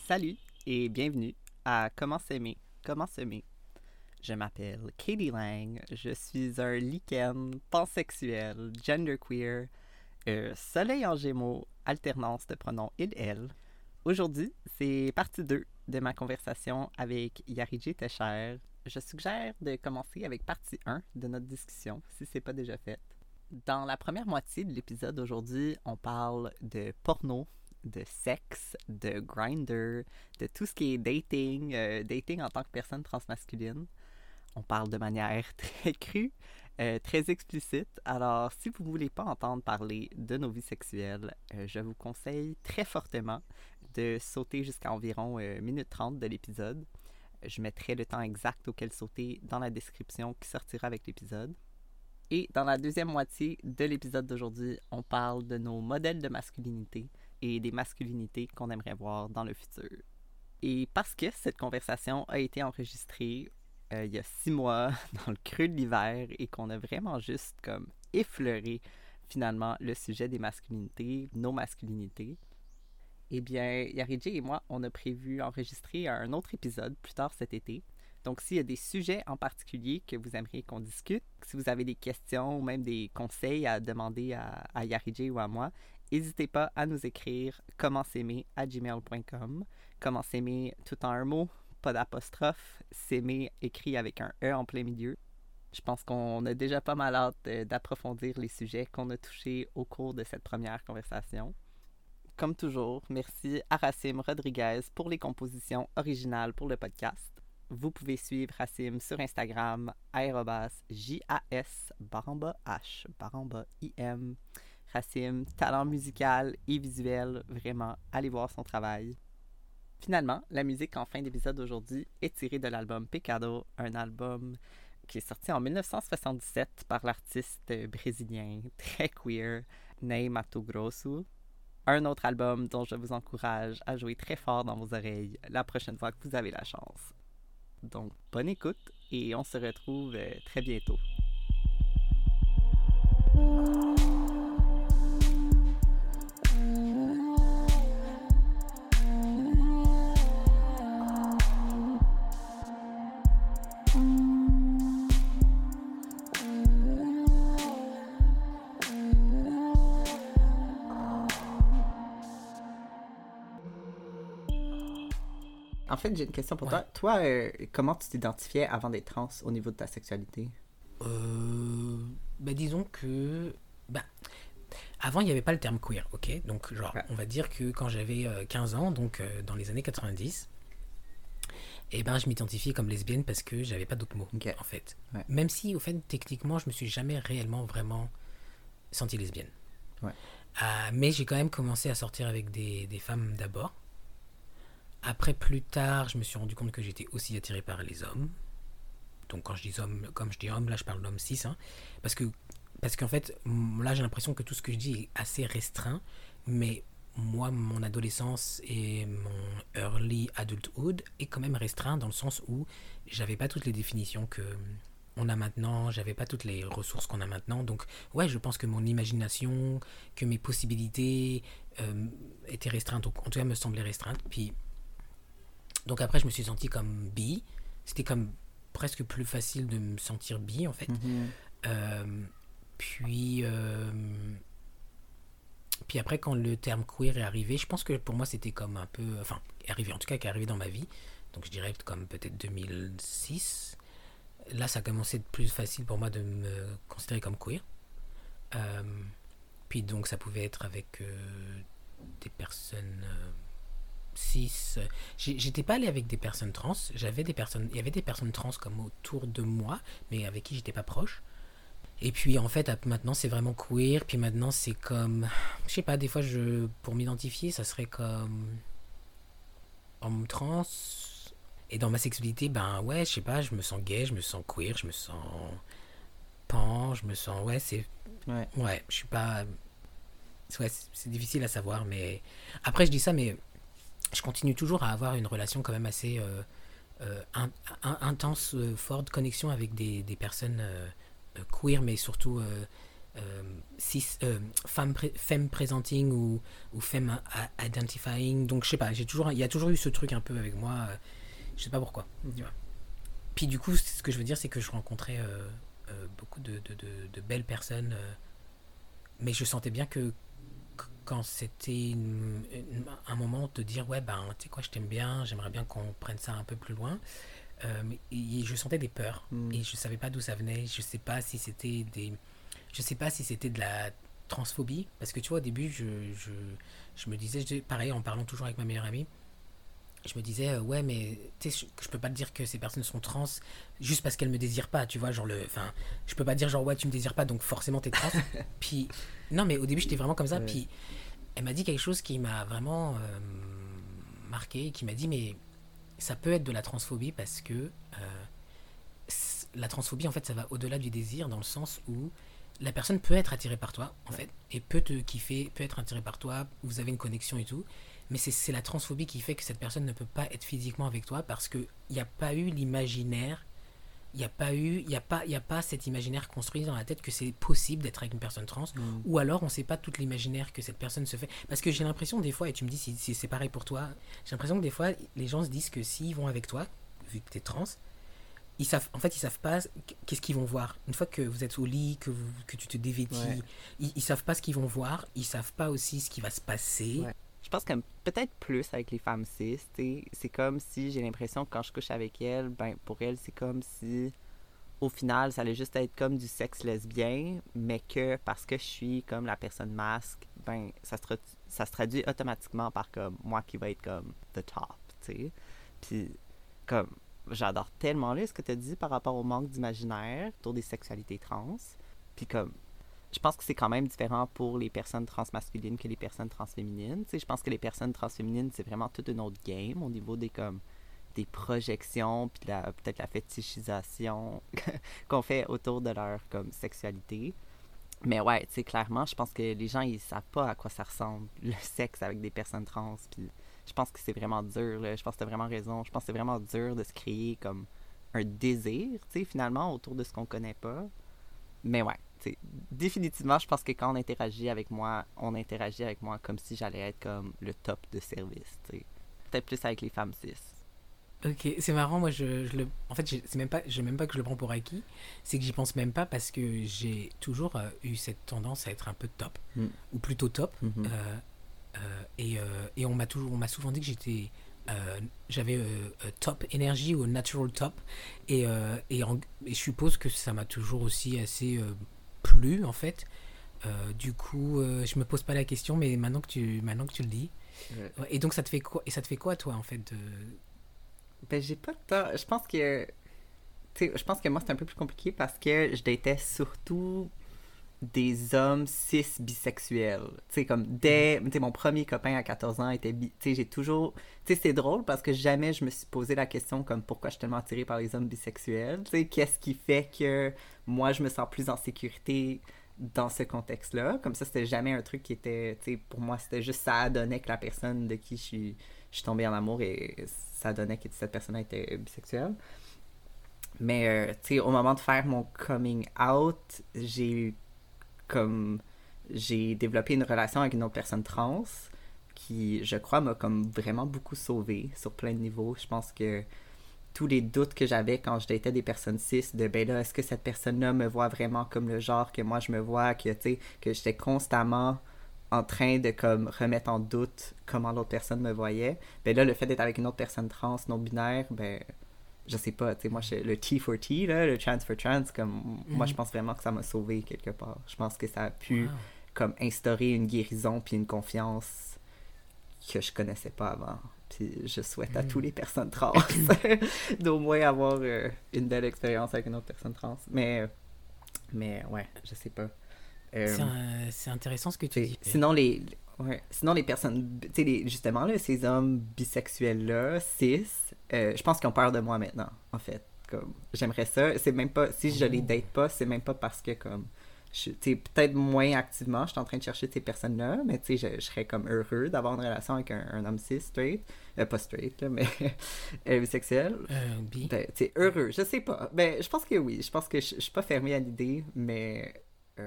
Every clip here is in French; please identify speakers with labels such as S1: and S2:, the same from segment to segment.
S1: Salut et bienvenue à Comment s'aimer, comment semer. Je m'appelle Katie Lang, je suis un lichen pansexuel, genderqueer, soleil en gémeaux, alternance de pronoms il-elle. Aujourd'hui, c'est partie 2 de ma conversation avec Yaridji Tesher. Je suggère de commencer avec partie 1 de notre discussion, si c'est pas déjà fait. Dans la première moitié de l'épisode d'aujourd'hui, on parle de porno, de sexe, de Grindr, de tout ce qui est dating, dating en tant que personne transmasculine. On parle de manière très crue, très explicite. Alors, si vous ne voulez pas entendre parler de nos vies sexuelles, je vous conseille très fortement de sauter jusqu'à environ 1 minute 30 de l'épisode. Je mettrai le temps exact auquel sauter dans la description qui sortira avec l'épisode. Et dans la deuxième moitié de l'épisode d'aujourd'hui, on parle de nos modèles de masculinité et des masculinités qu'on aimerait voir dans le futur. Et parce que cette conversation a été enregistrée il y a 6 mois, dans le creux de l'hiver, et qu'on a vraiment juste comme effleuré finalement le sujet des masculinités, nos masculinités, eh bien, Yaridji et moi, on a prévu enregistrer un autre épisode plus tard cet été. Donc, s'il y a des sujets en particulier que vous aimeriez qu'on discute, si vous avez des questions ou même des conseils à demander à Yaridji ou à moi, n'hésitez pas à nous écrire commentsaimer@gmail.com. Comment s'aimer tout en un mot, pas d'apostrophe, s'aimer écrit avec un E en plein milieu. Je pense qu'on a déjà pas mal hâte d'approfondir les sujets qu'on a touchés au cours de cette première conversation. Comme toujours, merci à Racim Rodriguez pour les compositions originales pour le podcast. Vous pouvez suivre Racim sur Instagram, @JAS_H_IM. Racim, talent musical et visuel, vraiment, allez voir son travail. Finalement, la musique en fin d'épisode aujourd'hui est tirée de l'album Pecado, un album qui est sorti en 1977 par l'artiste brésilien très queer Ney Matogrosso. Un autre album dont je vous encourage à jouer très fort dans vos oreilles la prochaine fois que vous avez la chance. Donc, bonne écoute et on se retrouve très bientôt. En fait, j'ai une question pour toi. Toi, comment tu t'identifiais avant d'être trans au niveau de ta sexualité?
S2: Disons que... avant, il n'y avait pas le terme queer, ok? Donc, on va dire que quand j'avais 15 ans, donc dans les années 90, je m'identifiais comme lesbienne parce que j'avais pas d'autres mots, en fait. Ouais. Même si, au fait, techniquement, je me suis jamais réellement, vraiment sentie lesbienne.
S1: Ouais.
S2: Mais j'ai quand même commencé à sortir avec des femmes d'abord. Après, plus tard, je me suis rendu compte que j'étais aussi attiré par les hommes. Donc, quand je dis homme, comme je dis homme, là, je parle d'homme cis. Hein, parce qu'en fait, là, j'ai l'impression que tout ce que je dis est assez restreint. Mais moi, mon adolescence et mon early adulthood est quand même restreint dans le sens où j'avais pas toutes les définitions qu'on a maintenant, j'avais pas toutes les ressources qu'on a maintenant. Donc, ouais, je pense que mon imagination, que mes possibilités étaient restreintes. Donc, en tout cas, me semblaient restreintes. Donc après, je me suis senti comme bi. C'était comme presque plus facile de me sentir bi, en fait.
S1: Mm-hmm.
S2: Puis après, quand le terme queer est arrivé, je pense que pour moi, c'était comme un peu... Enfin, qui est arrivé dans ma vie. Donc je dirais comme peut-être 2006. Là, ça a commencé de plus facile pour moi de me considérer comme queer. Puis donc, ça pouvait être avec des personnes... cis. J'étais pas allé avec des personnes trans. Il y avait des personnes trans comme autour de moi, mais avec qui j'étais pas proche. Et puis en fait, maintenant c'est vraiment queer. Puis maintenant c'est comme, je sais pas, des fois pour m'identifier, ça serait comme homme trans. Et dans ma sexualité, je sais pas, je me sens gay, je me sens queer, je me sens pan, je me sens, ouais, je suis pas, ouais, c'est difficile à savoir, mais après je dis ça, mais je continue toujours à avoir une relation quand même assez intense, forte connexion avec des personnes queer, mais surtout femme presenting ou femme identifying. Donc je sais pas, il y a toujours eu ce truc un peu avec moi. Je sais pas pourquoi. Tu vois. Puis du coup, ce que je veux dire, c'est que je rencontrais beaucoup de belles personnes, mais je sentais bien que quand c'était un moment de dire ouais ben tu sais quoi, je t'aime bien, j'aimerais bien qu'on prenne ça un peu plus loin, et je sentais des peurs et je savais pas d'où ça venait. Je sais pas si c'était de la transphobie, parce que tu vois au début je me disais, pareil en parlant toujours avec ma meilleure amie, je me disais ouais mais tu sais je peux pas te dire que ces personnes sont trans juste parce qu'elles me désirent pas, tu vois, genre enfin je peux pas dire genre ouais tu me désires pas donc forcément t'es trans. Puis non mais au début j'étais vraiment comme ça, puis elle m'a dit quelque chose qui m'a vraiment marqué, qui m'a dit mais ça peut être de la transphobie parce que la transphobie en fait ça va au-delà du désir, dans le sens où la personne peut être attirée par toi en fait et peut te kiffer, peut être attirée par toi, vous avez une connexion et tout, mais c'est la transphobie qui fait que cette personne ne peut pas être physiquement avec toi parce qu'il n'y a pas eu l'imaginaire, il y a pas cet imaginaire construit dans la tête que c'est possible d'être avec une personne trans, ou alors on sait pas tout l'imaginaire que cette personne se fait, parce que j'ai l'impression des fois, et tu me dis si c'est pareil pour toi, j'ai l'impression que des fois les gens se disent que s'ils vont avec toi vu que t'es trans, ils savent pas qu'est-ce qu'ils vont voir une fois que vous êtes au lit, que tu te dévêtis. Ils savent pas ce qu'ils vont voir, ils savent pas aussi ce qui va se passer.
S1: Je pense que peut-être plus avec les femmes cis, c'est comme si j'ai l'impression que quand je couche avec elles, ben pour elles, c'est comme si au final, ça allait juste être comme du sexe lesbien, mais que parce que je suis comme la personne masque, ben ça se traduit automatiquement par comme moi qui va être comme the top, tu sais. Puis comme j'adore tellement là ce que tu as dit par rapport au manque d'imaginaire autour des sexualités trans. Puis comme je pense que c'est quand même différent pour les personnes transmasculines que les personnes transféminines. Tu sais, je pense que les personnes transféminines, c'est vraiment toute une autre game au niveau des comme des projections puis peut-être la fétichisation qu'on fait autour de leur comme sexualité. Mais ouais, tu sais, clairement, je pense que les gens, ils savent pas à quoi ça ressemble, le sexe avec des personnes trans. Puis je pense que c'est vraiment dur, là. Je pense que t'as vraiment raison. Je pense que c'est vraiment dur de se créer comme un désir, tu sais, finalement, autour de ce qu'on connaît pas. Mais ouais, tu sais, définitivement, je pense que quand on interagit avec moi comme si j'allais être comme le top de service, tu sais. Peut-être plus avec les femmes cis.
S2: Ok, c'est marrant, moi en fait, c'est même pas que je le prends pour acquis, c'est que j'y pense même pas parce que j'ai toujours eu cette tendance à être un peu top, ou plutôt top, et on m'a souvent dit que j'avais top énergie ou natural top, et je suppose que ça m'a toujours aussi assez plu en fait. Du coup, je me pose pas la question, mais maintenant que tu le dis, et donc ça te fait quoi, toi en fait de...
S1: Ben, j'ai pas de temps. Je pense que moi, c'est un peu plus compliqué parce que je datais surtout des hommes cis bisexuels. Tu sais, comme dès... Tu sais, mon premier copain à 14 ans était bi... Tu sais, j'ai toujours... Tu sais, c'est drôle parce que jamais je me suis posé la question comme pourquoi je suis tellement attirée par les hommes bisexuels. Tu sais, qu'est-ce qui fait que moi, je me sens plus en sécurité dans ce contexte-là. Comme ça, c'était jamais un truc qui était... Tu sais, pour moi, c'était juste ça donnait que la personne de qui je suis tombée en amour et ça donnait que cette personne était bisexuelle. Mais, tu sais, au moment de faire mon coming out, j'ai développé une relation avec une autre personne trans qui, je crois, m'a comme vraiment beaucoup sauvée sur plein de niveaux. Je pense que tous les doutes que j'avais quand je datais des personnes cis, de ben là, est-ce que cette personne-là me voit vraiment comme le genre que moi je me vois, que, tu sais, que j'étais constamment en train de comme remettre en doute comment l'autre personne me voyait, ben là, le fait d'être avec une autre personne trans, non-binaire, ben je sais pas, tu sais, moi, le T for T, là, le trans for trans, comme, moi, je pense vraiment que ça m'a sauvé quelque part. Je pense que ça a pu, comme, instaurer une guérison puis une confiance que je connaissais pas avant. Puis je souhaite à tous les personnes trans d'au moins avoir une belle expérience avec une autre personne trans. Mais ouais, je sais pas.
S2: C'est intéressant ce que tu dis.
S1: Sinon, sinon, les personnes, tu sais, justement, là, ces hommes bisexuels-là, cis, je pense qu'ils ont peur de moi maintenant, en fait. Comme, j'aimerais ça. C'est même pas, si je les date pas, c'est même pas parce que, comme, tu sais, peut-être moins activement, je suis en train de chercher ces personnes-là, mais tu sais, je serais comme heureux d'avoir une relation avec un homme cis, straight. Pas straight, là, mais bisexuel.
S2: Bi.
S1: Ben, tu sais, heureux, je sais pas. Ben, je pense que oui. Je pense que je suis pas fermée à l'idée, mais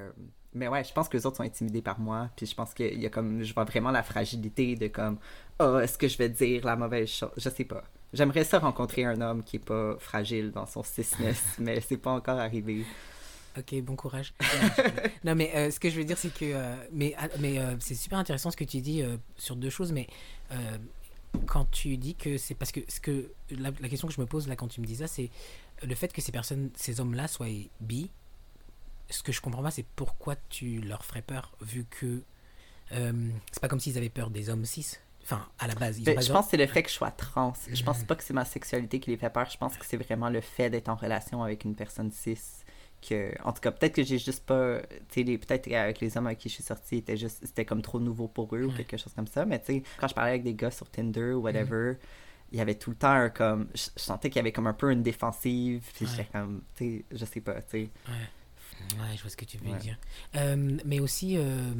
S1: Mais ouais, je pense que les autres sont intimidés par moi. Puis je pense qu'il y a comme. Je vois vraiment la fragilité de comme. Oh, est-ce que je vais dire la mauvaise chose? Je sais pas. J'aimerais ça rencontrer un homme qui est pas fragile dans son cisness, mais c'est pas encore arrivé.
S2: Ok, bon courage. Non, mais ce que je veux dire, c'est que. C'est super intéressant ce que tu dis sur deux choses, mais quand tu dis que c'est parce que. La question que je me pose là quand tu me dis ça, c'est le fait que ces hommes-là soient bi. Ce que je comprends pas, c'est pourquoi tu leur ferais peur, vu que. C'est pas comme s'ils avaient peur des hommes cis. Enfin, à la base, ils ont
S1: Mais
S2: pas
S1: je
S2: besoin.
S1: pense que c'est le fait que je sois trans. Je pense pas que c'est ma sexualité qui les fait peur. Je pense que c'est vraiment le fait d'être en relation avec une personne cis. En tout cas, peut-être que j'ai juste pas. Tu sais, peut-être avec les hommes avec qui je suis sortie, c'était comme trop nouveau pour eux ou
S2: Ouais.
S1: quelque chose comme ça. Mais tu sais, quand je parlais avec des gars sur Tinder ou whatever, il y avait tout le temps un comme. Je sentais qu'il y avait comme un peu une défensive. Puis
S2: Ouais.
S1: j'étais comme. Tu sais, je sais pas, tu sais.
S2: Ouais. Ouais, je vois ce que tu veux
S1: Ouais.
S2: dire. Mais aussi,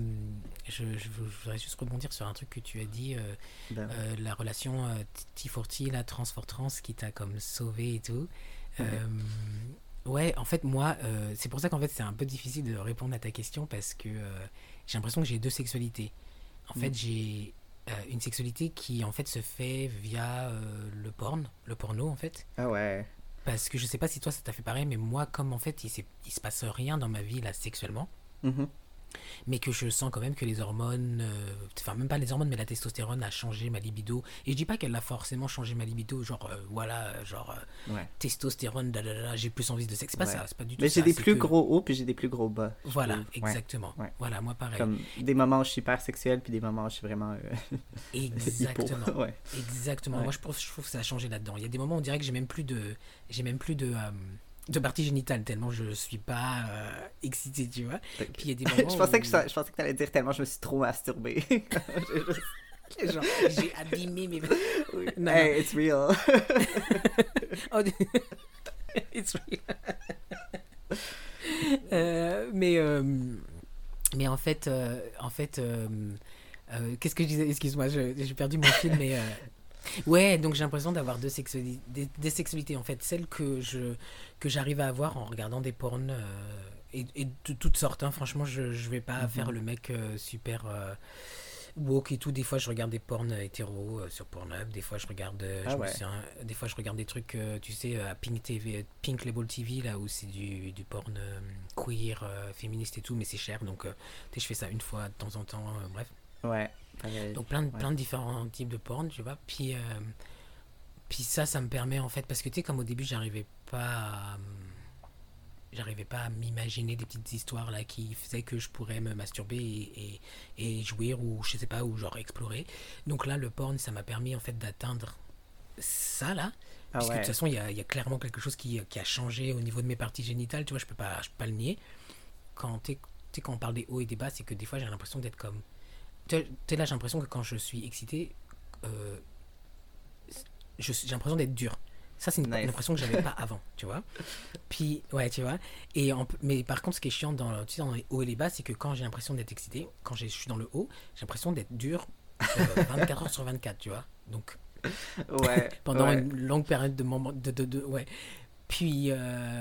S2: je voudrais juste rebondir sur un truc que tu as dit,
S1: Ben,
S2: la relation T4T, la trans for trans, qui t'a comme sauvé et tout.
S1: ouais.
S2: Euh, ouais, en fait, moi, c'est pour ça qu'en fait, c'est un peu difficile de répondre à ta question parce que j'ai l'impression que j'ai deux sexualités. En
S1: Mm.
S2: fait, j'ai une sexualité qui, en fait, se fait via le porno, en fait.
S1: Ah ouais.
S2: Parce que je sais pas si toi ça t'a fait pareil, mais moi, comme en fait il se passe rien dans ma vie là sexuellement,
S1: Mhm.
S2: mais que je sens quand même que les hormones, enfin même pas les hormones, mais la testostérone a changé ma libido. Et je dis pas qu'elle a forcément changé ma libido, genre voilà, genre
S1: Ouais.
S2: testostérone, j'ai plus envie de sexe. C'est pas
S1: Ouais.
S2: ça, c'est pas du tout
S1: Mais j'ai
S2: ça.
S1: des
S2: C'est
S1: plus
S2: que
S1: gros hauts puis j'ai des plus gros bas, je
S2: voilà,
S1: trouve. Ouais.
S2: exactement.
S1: Ouais.
S2: Voilà, moi pareil.
S1: Comme des moments où je suis hyper sexuelle puis des moments où je suis vraiment hypo.
S2: Exactement.
S1: Ouais.
S2: Exactement.
S1: Ouais.
S2: Moi, je trouve que ça a changé là-dedans. Il y a des moments où on dirait que j'ai même plus de partie génitale tellement je suis pas excité, tu vois.
S1: Ok.
S2: Puis il y a des moments
S1: Je pensais que t'allais dire tellement je me suis trop masturbée. J'ai juste-
S2: où genre j'ai abîmé mes.
S1: Oui.
S2: Non, non.
S1: Hey, it's real.
S2: Oh, it's real. Mais qu'est-ce que je disais? Excuse-moi, j'ai perdu mon fil, mais ouais, donc j'ai l'impression d'avoir des sexualités en fait, celle que j'arrive à avoir en regardant des porns et de toutes sortes. Hein. Franchement, je vais pas faire le mec super woke et tout. Des fois, je regarde des porns hétéros sur Pornhub. Des fois, je regarde,
S1: Ah ouais.
S2: des fois, je regarde des trucs, tu sais, à Pink TV, Pink Label TV là où c'est du porn queer, féministe et tout, mais c'est cher. Donc, tu sais, je fais ça une fois de temps en temps. Bref.
S1: Ouais. Pareil.
S2: Donc
S1: Ouais.
S2: plein de différents types de porn, tu vois. Puis ça me permet en fait, parce que tu sais, comme au début, j'arrivais pas à m'imaginer des petites histoires là qui faisaient que je pourrais me masturber et jouir ou je sais pas, ou genre explorer. Donc là, le porn, ça m'a permis en fait d'atteindre ça là.
S1: Ah
S2: Puisque de toute
S1: ouais.
S2: façon, il y a clairement quelque chose qui a changé au niveau de mes parties génitales, tu vois, je peux pas le nier. Tu sais, quand on parle des hauts et des bas, c'est que des fois j'ai l'impression d'être comme tu sais, là, j'ai l'impression que quand je suis excité, euh, j'ai l'impression d'être dur. Ça, c'est une
S1: Nice.
S2: impression que j'avais pas avant, tu vois. Puis, ouais, tu vois. Mais par contre, ce qui est chiant tu sais, dans les hauts et les bas, c'est que quand j'ai l'impression d'être excité, quand je suis dans le haut, j'ai l'impression d'être dur 24 heures sur 24, tu vois. Donc,
S1: Ouais.
S2: pendant
S1: Ouais.
S2: une longue période de moment. Ouais. Puis,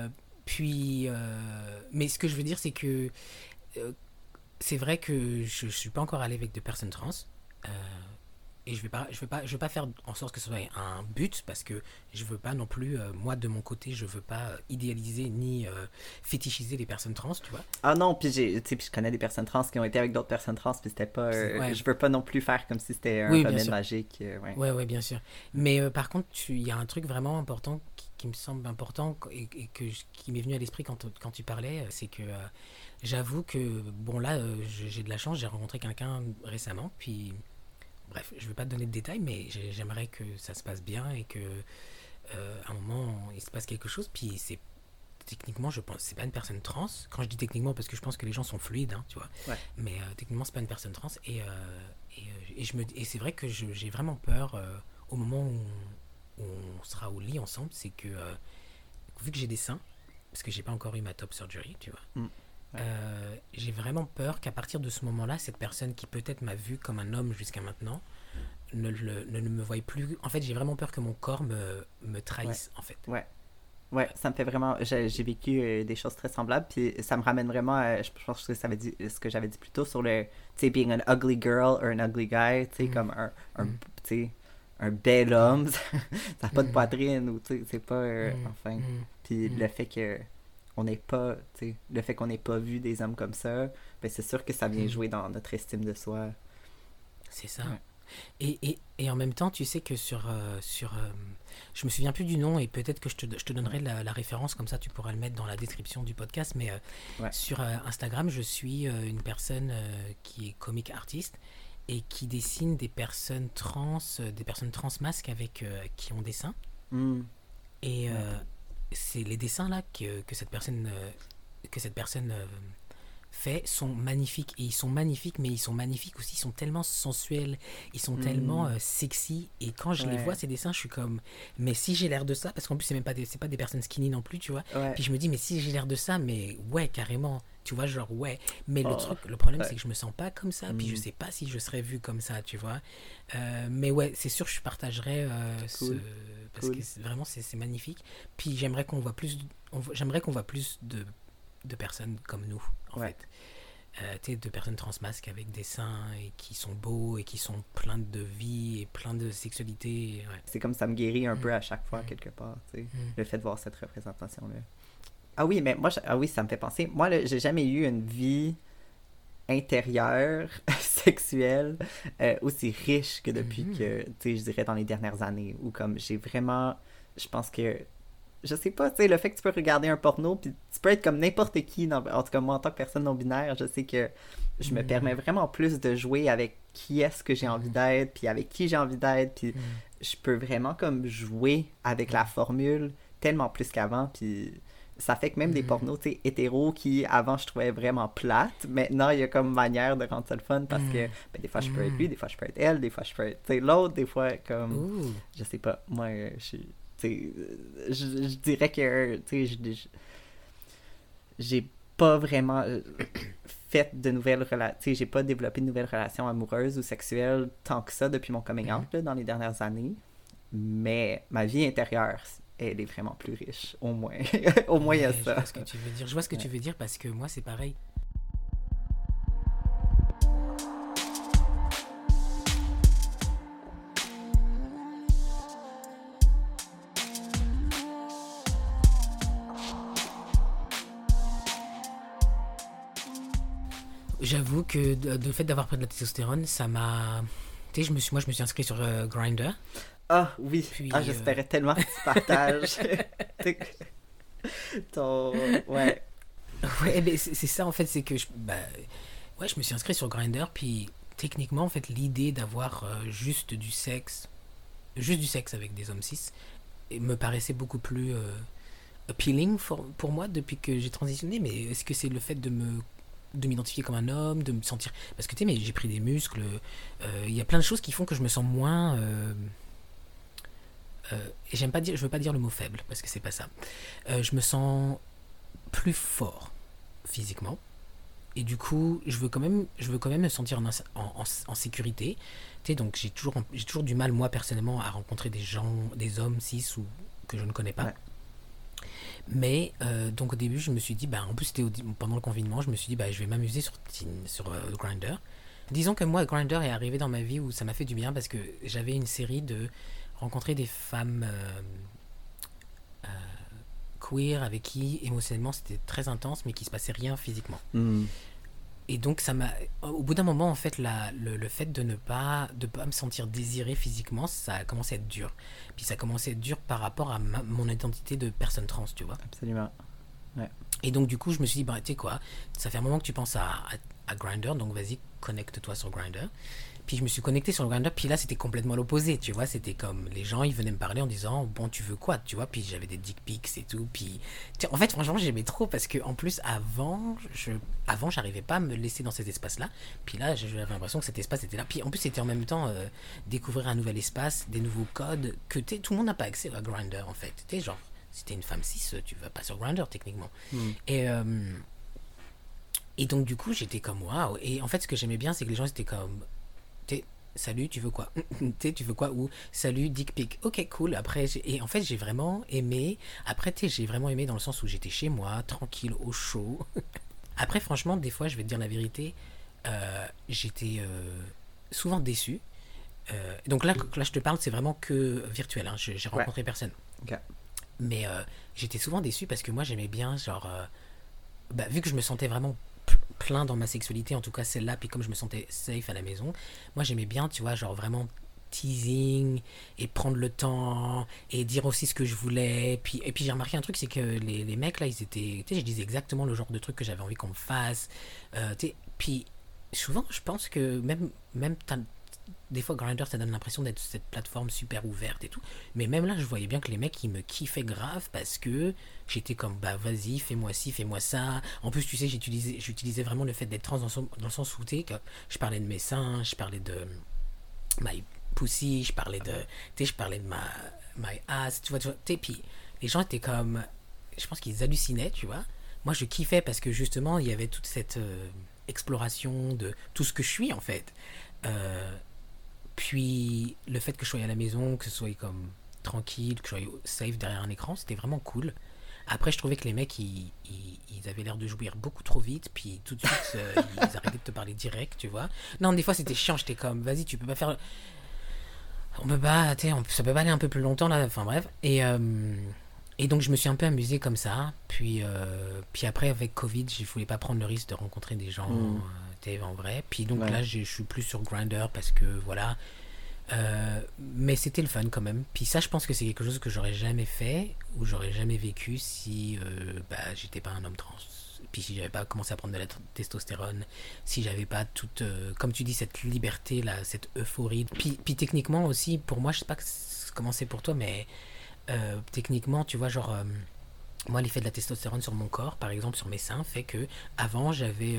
S2: mais ce que je veux dire, c'est que euh, c'est vrai que je suis pas encore allé avec de personnes trans. Euh, et je vais pas faire en sorte que ce soit un but parce que je veux pas non plus, moi de mon côté, je veux pas idéaliser ni fétichiser les personnes trans, tu vois.
S1: Ah non, puis tu sais, puis je connais des personnes trans qui ont été avec d'autres personnes trans, puis c'était pas.
S2: Ouais,
S1: Je veux pas non plus faire comme si c'était un
S2: oui, bien
S1: remède
S2: sûr.
S1: magique. Ouais.
S2: Ouais, bien sûr. Mais par contre, il y a un truc vraiment important qui me semble important et qui m'est venu à l'esprit quand tu parlais, c'est que j'avoue que, bon là, j'ai de la chance, j'ai rencontré quelqu'un récemment, puis bref, je ne vais pas te donner de détails, mais j'aimerais que ça se passe bien et que à un moment il se passe quelque chose. Puis c'est techniquement, je pense, c'est pas une personne trans. Quand je dis techniquement, parce que je pense que les gens sont fluides, hein, tu vois.
S1: Ouais.
S2: Mais techniquement, c'est pas une personne trans. Et c'est vrai que j'ai vraiment peur au moment où on sera au lit ensemble, c'est que vu que j'ai des seins, parce que j'ai pas encore eu ma top surgery, tu vois.
S1: Mm. Ouais.
S2: J'ai vraiment peur qu'à partir de ce moment-là, cette personne qui peut-être m'a vu comme un homme jusqu'à maintenant ne me voie plus. En fait, j'ai vraiment peur que mon corps me trahisse, en fait.
S1: Ouais. Ouais, ça me fait vraiment. J'ai vécu des choses très semblables, puis ça me ramène vraiment à. Je pense que ça veut dire ce que j'avais dit plus tôt sur le. Tu sais, being an ugly girl or an ugly guy, tu sais,
S2: Mm,
S1: comme tu
S2: mm,
S1: sais, un bel
S2: mm,
S1: homme, ça n'a pas de
S2: mm,
S1: poitrine, ou tu sais, c'est pas.
S2: mm,
S1: Enfin.
S2: mm,
S1: Puis
S2: mm,
S1: le fait que. On n'est pas, tu sais, le fait qu'on n'ait pas vu des hommes comme ça, ben c'est sûr que ça vient
S2: mm.
S1: jouer dans notre estime de soi.
S2: C'est ça.
S1: Ouais.
S2: Et en même temps, tu sais que je me souviens plus du nom et peut-être que je te donnerai la référence, comme ça tu pourras le mettre dans la description du podcast, mais
S1: Ouais.
S2: sur Instagram, je suis une personne qui est comic artiste et qui dessine des personnes trans masques avec qui ont des seins.
S1: Hmm.
S2: Et
S1: Ouais.
S2: c'est les dessins là que cette personne fait sont magnifiques. Et ils sont magnifiques, mais ils sont magnifiques aussi. Ils sont tellement sensuels, ils sont tellement
S1: Hmm.
S2: sexy. Et quand je les vois,
S1: Ouais.
S2: ces dessins, je suis comme, mais si j'ai l'air de ça, parce qu'en plus, c'est pas des personnes skinny non plus, tu vois.
S1: Ouais.
S2: Puis je me dis, mais si j'ai l'air de ça, mais ouais, carrément. Tu vois, genre, ouais. Mais
S1: Oh.
S2: le problème,
S1: Ouais.
S2: c'est que je me sens pas comme ça. Puis je
S1: Hmm.
S2: sais pas si je serais vu comme ça, tu vois. Mais ouais, c'est sûr, je partagerais
S1: Cool.
S2: parce que
S1: Cool.
S2: vraiment, c'est magnifique. Puis j'aimerais qu'on voit j'aimerais qu'on voit plus de personnes comme nous, en
S1: Ouais.
S2: fait. Tu sais, de personnes transmasques avec des seins et qui sont beaux et qui sont pleins de vie et pleins de sexualité. Ouais.
S1: C'est comme ça me guérit un peu
S2: Mm,
S1: à chaque fois,
S2: mm,
S1: quelque part, tu sais,
S2: mm,
S1: le fait de voir cette représentation-là. Ah oui, mais moi, ah oui, ça me fait penser. Moi, là, j'ai jamais eu une vie intérieure, sexuelle, aussi riche que depuis
S2: mhm,
S1: que, tu sais, je dirais dans les dernières années, où comme j'ai vraiment, je pense que, je sais pas, tu sais, le fait que tu peux regarder un porno, puis tu peux être comme n'importe qui, en tout cas moi en tant que personne non-binaire, je sais que je me permets
S2: mhm,
S1: vraiment plus de jouer avec qui est-ce que j'ai envie
S2: mhm,
S1: d'être, puis avec qui j'ai envie d'être, puis
S2: mhm,
S1: je peux vraiment comme jouer avec la formule tellement plus qu'avant, puis ça fait que même des
S2: mhm,
S1: pornos, tu sais, hétéros qui avant je trouvais vraiment plates, maintenant il y a comme manière de rendre ça le fun parce que
S2: mhm,
S1: ben, des fois je peux être lui,
S2: mhm.
S1: des fois je peux être elle, des fois je peux être tu sais, l'autre, des fois comme
S2: Ouh.
S1: je sais pas, moi je suis tu sais, je dirais que tu sais j'ai pas vraiment fait de nouvelles relations, tu sais, j'ai pas développé de nouvelles relations amoureuses ou sexuelles tant que ça depuis mon coming
S2: Mhm.
S1: out là, dans les dernières années, mais ma vie intérieure elle est vraiment plus riche, au moins. Au moins il y a
S2: Ouais, je
S1: ça.
S2: vois ce que tu veux dire. Je vois ce que tu
S1: Ouais.
S2: veux dire parce que moi, c'est pareil. J'avoue que le fait d'avoir pris de la testostérone, ça m'a. Tu sais, moi, je me suis inscrit sur Grindr.
S1: Ah oui, ah
S2: Puis,
S1: j'espérais tellement que tu partages ton... Ouais.
S2: ouais, mais c'est ça en fait, c'est que ouais, je me suis inscrit sur Grindr. Puis, techniquement, en fait, l'idée d'avoir juste du sexe avec des hommes cis, me paraissait beaucoup plus appealing pour moi depuis que j'ai transitionné. Mais est-ce que c'est le fait de m'identifier comme un homme, de me sentir parce que tu sais mais j'ai pris des muscles, il y a plein de choses qui font que je me sens moins et je veux pas dire le mot faible parce que c'est pas ça. Je me sens plus fort physiquement et du coup je veux quand même me sentir en sécurité. Tu sais donc j'ai toujours du mal moi personnellement à rencontrer des hommes cis ou que je ne connais pas.
S1: Ouais.
S2: Mais donc au début, je me suis dit, bah, en plus c'était pendant le confinement, je me suis dit, bah, je vais m'amuser sur Grindr. Disons que moi, Grindr est arrivé dans ma vie où ça m'a fait du bien parce que j'avais une série de rencontrer des femmes euh, queer avec qui émotionnellement c'était très intense mais qui se passait rien physiquement.
S1: Hmm.
S2: Et donc ça m'a, au bout d'un moment en fait, le fait de pas me sentir désiré physiquement, ça a commencé à être dur. Puis ça a commencé à être dur par rapport à mon identité de personne trans, tu vois.
S1: Absolument. Ouais.
S2: Et donc, du coup, je me suis dit, bah, tu sais quoi, ça fait un moment que tu penses à Grindr, donc vas-y, connecte-toi sur Grindr. Puis je me suis connecté sur le Grindr, puis là, c'était complètement l'opposé, tu vois. C'était comme les gens, ils venaient me parler en disant, bon, tu veux quoi, tu vois. Puis j'avais des dick pics et tout. Puis, en fait, franchement, j'aimais trop parce que, en plus, avant, j'arrivais pas à me laisser dans cet espace-là. Puis là, j'avais l'impression que cet espace était là. Puis en plus, c'était en même temps découvrir un nouvel espace, des nouveaux codes, que tout le monde n'a pas accès à Grindr, en fait. Tu sais, genre, si t'es une femme cis, tu vas pas sur Grindr, techniquement.
S1: Hmm.
S2: Et, euh, et donc, du coup, j'étais comme waouh. Et en fait, ce que j'aimais bien, c'est que les gens étaient comme. salut, tu veux quoi? Tu sais, tu veux quoi? Ou salut, dick pic. Ok, cool. Après, et en fait, j'ai vraiment aimé. Après, tu sais, j'ai vraiment aimé dans le sens où j'étais chez moi, tranquille, au chaud. Après, franchement, des fois, je vais te dire la vérité, j'étais souvent déçu. Donc là, je te parle, c'est vraiment que virtuel. Hein. J'ai
S1: Ouais.
S2: rencontré personne.
S1: OK.
S2: Mais j'étais souvent déçu parce que moi, j'aimais bien, genre, bah, vu que je me sentais vraiment plein dans ma sexualité, en tout cas celle-là, puis comme je me sentais safe à la maison, moi j'aimais bien, tu vois, genre vraiment teasing et prendre le temps et dire aussi ce que je voulais. Puis, et puis j'ai remarqué un truc, c'est que les mecs là, ils étaient. Tu sais, je disais exactement le genre de truc que j'avais envie qu'on me fasse. Puis souvent, je pense que même des fois Grindr ça donne l'impression d'être cette plateforme super ouverte et tout, mais même là je voyais bien que les mecs ils me kiffaient grave parce que j'étais comme bah vas-y fais-moi ci fais-moi ça. En plus tu sais j'utilisais vraiment le fait d'être trans dans le sens où tu sais que je parlais de mes seins, je parlais de my pussy, je parlais de tu sais je parlais de my ass, tu vois puis les gens étaient comme, je pense qu'ils hallucinaient, tu vois. Moi je kiffais parce que justement il y avait toute cette exploration de tout ce que je suis en fait. euh, Puis le fait que je sois à la maison, que ce soit comme tranquille, que je sois safe derrière un écran, c'était vraiment cool. Après, je trouvais que les mecs, ils avaient l'air de jouir beaucoup trop vite, puis tout de suite, ils arrêtaient de te parler direct, tu vois. Non, des fois, c'était chiant, j'étais comme, vas-y, tu peux pas faire. On peut pas, tu sais, ça peut pas aller un peu plus longtemps, là, enfin bref. Et donc, je me suis un peu amusé comme ça. Puis après, avec Covid, je voulais pas prendre le risque de rencontrer des gens,
S1: Hmm.
S2: en vrai. Puis donc
S1: Ouais.
S2: là, je suis plus sur Grindr parce que, voilà, mais c'était le fun quand même. Puis ça, je pense que c'est quelque chose que j'aurais jamais fait ou j'aurais jamais vécu si bah, j'étais pas un homme trans. Puis si j'avais pas commencé à prendre de la testostérone, si j'avais pas toute, comme tu dis, cette liberté là, cette euphorie. Puis techniquement aussi, pour moi, je sais pas comment c'est pour toi, mais techniquement, tu vois, genre, moi, l'effet de la testostérone sur mon corps, par exemple sur mes seins, fait que avant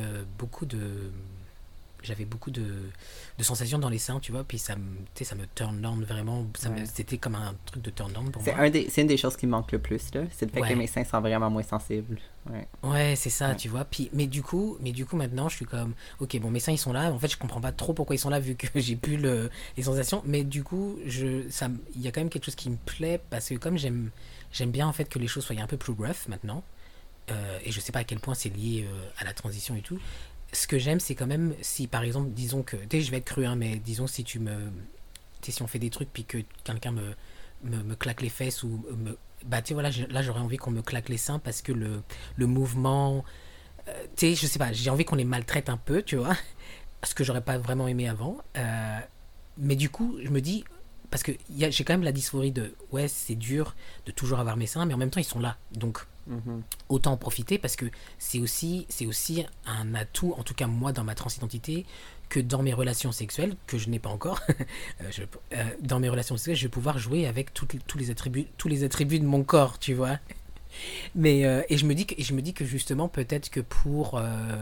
S2: j'avais beaucoup de sensations dans les seins, tu vois, puis ça me turn on vraiment,
S1: Ouais.
S2: c'était comme un truc de turn on pour
S1: C'est
S2: moi.
S1: c'est une des choses qui me manque le plus, là. C'est le fait que
S2: Ouais,
S1: mes seins sont vraiment moins sensibles. Ouais.
S2: ouais, c'est ça,
S1: Ouais.
S2: tu vois. Puis, mais du coup, maintenant, je suis comme, ok, bon, mes seins ils sont là. En fait, je comprends pas trop pourquoi ils sont là vu que j'ai plus les sensations. Mais du coup, il y a quand même quelque chose qui me plaît parce que comme j'aime bien en fait que les choses soient un peu plus rough maintenant. Et je sais pas à quel point c'est lié à la transition et tout. Ce que j'aime, c'est quand même si par exemple, disons que, tu sais, je vais être cru, hein, mais disons si si on fait des trucs puis que quelqu'un me claque les fesses ou bah tu sais voilà, là j'aurais envie qu'on me claque les seins parce que le mouvement, tu sais, je sais pas, j'ai envie qu'on les maltraite un peu, tu vois, ce que j'aurais pas vraiment aimé avant. Mais du coup, je me dis, parce que j'ai quand même la dysphorie de, ouais, c'est dur de toujours avoir mes seins, mais en même temps, ils sont là. Donc,
S1: Mhm.
S2: autant en profiter parce que c'est aussi un atout, en tout cas moi, dans ma transidentité, que dans mes relations sexuelles, que je n'ai pas encore, dans mes relations sexuelles, je vais pouvoir jouer avec tous les attributs de mon corps, tu vois. Mais et je me dis que justement peut-être que pour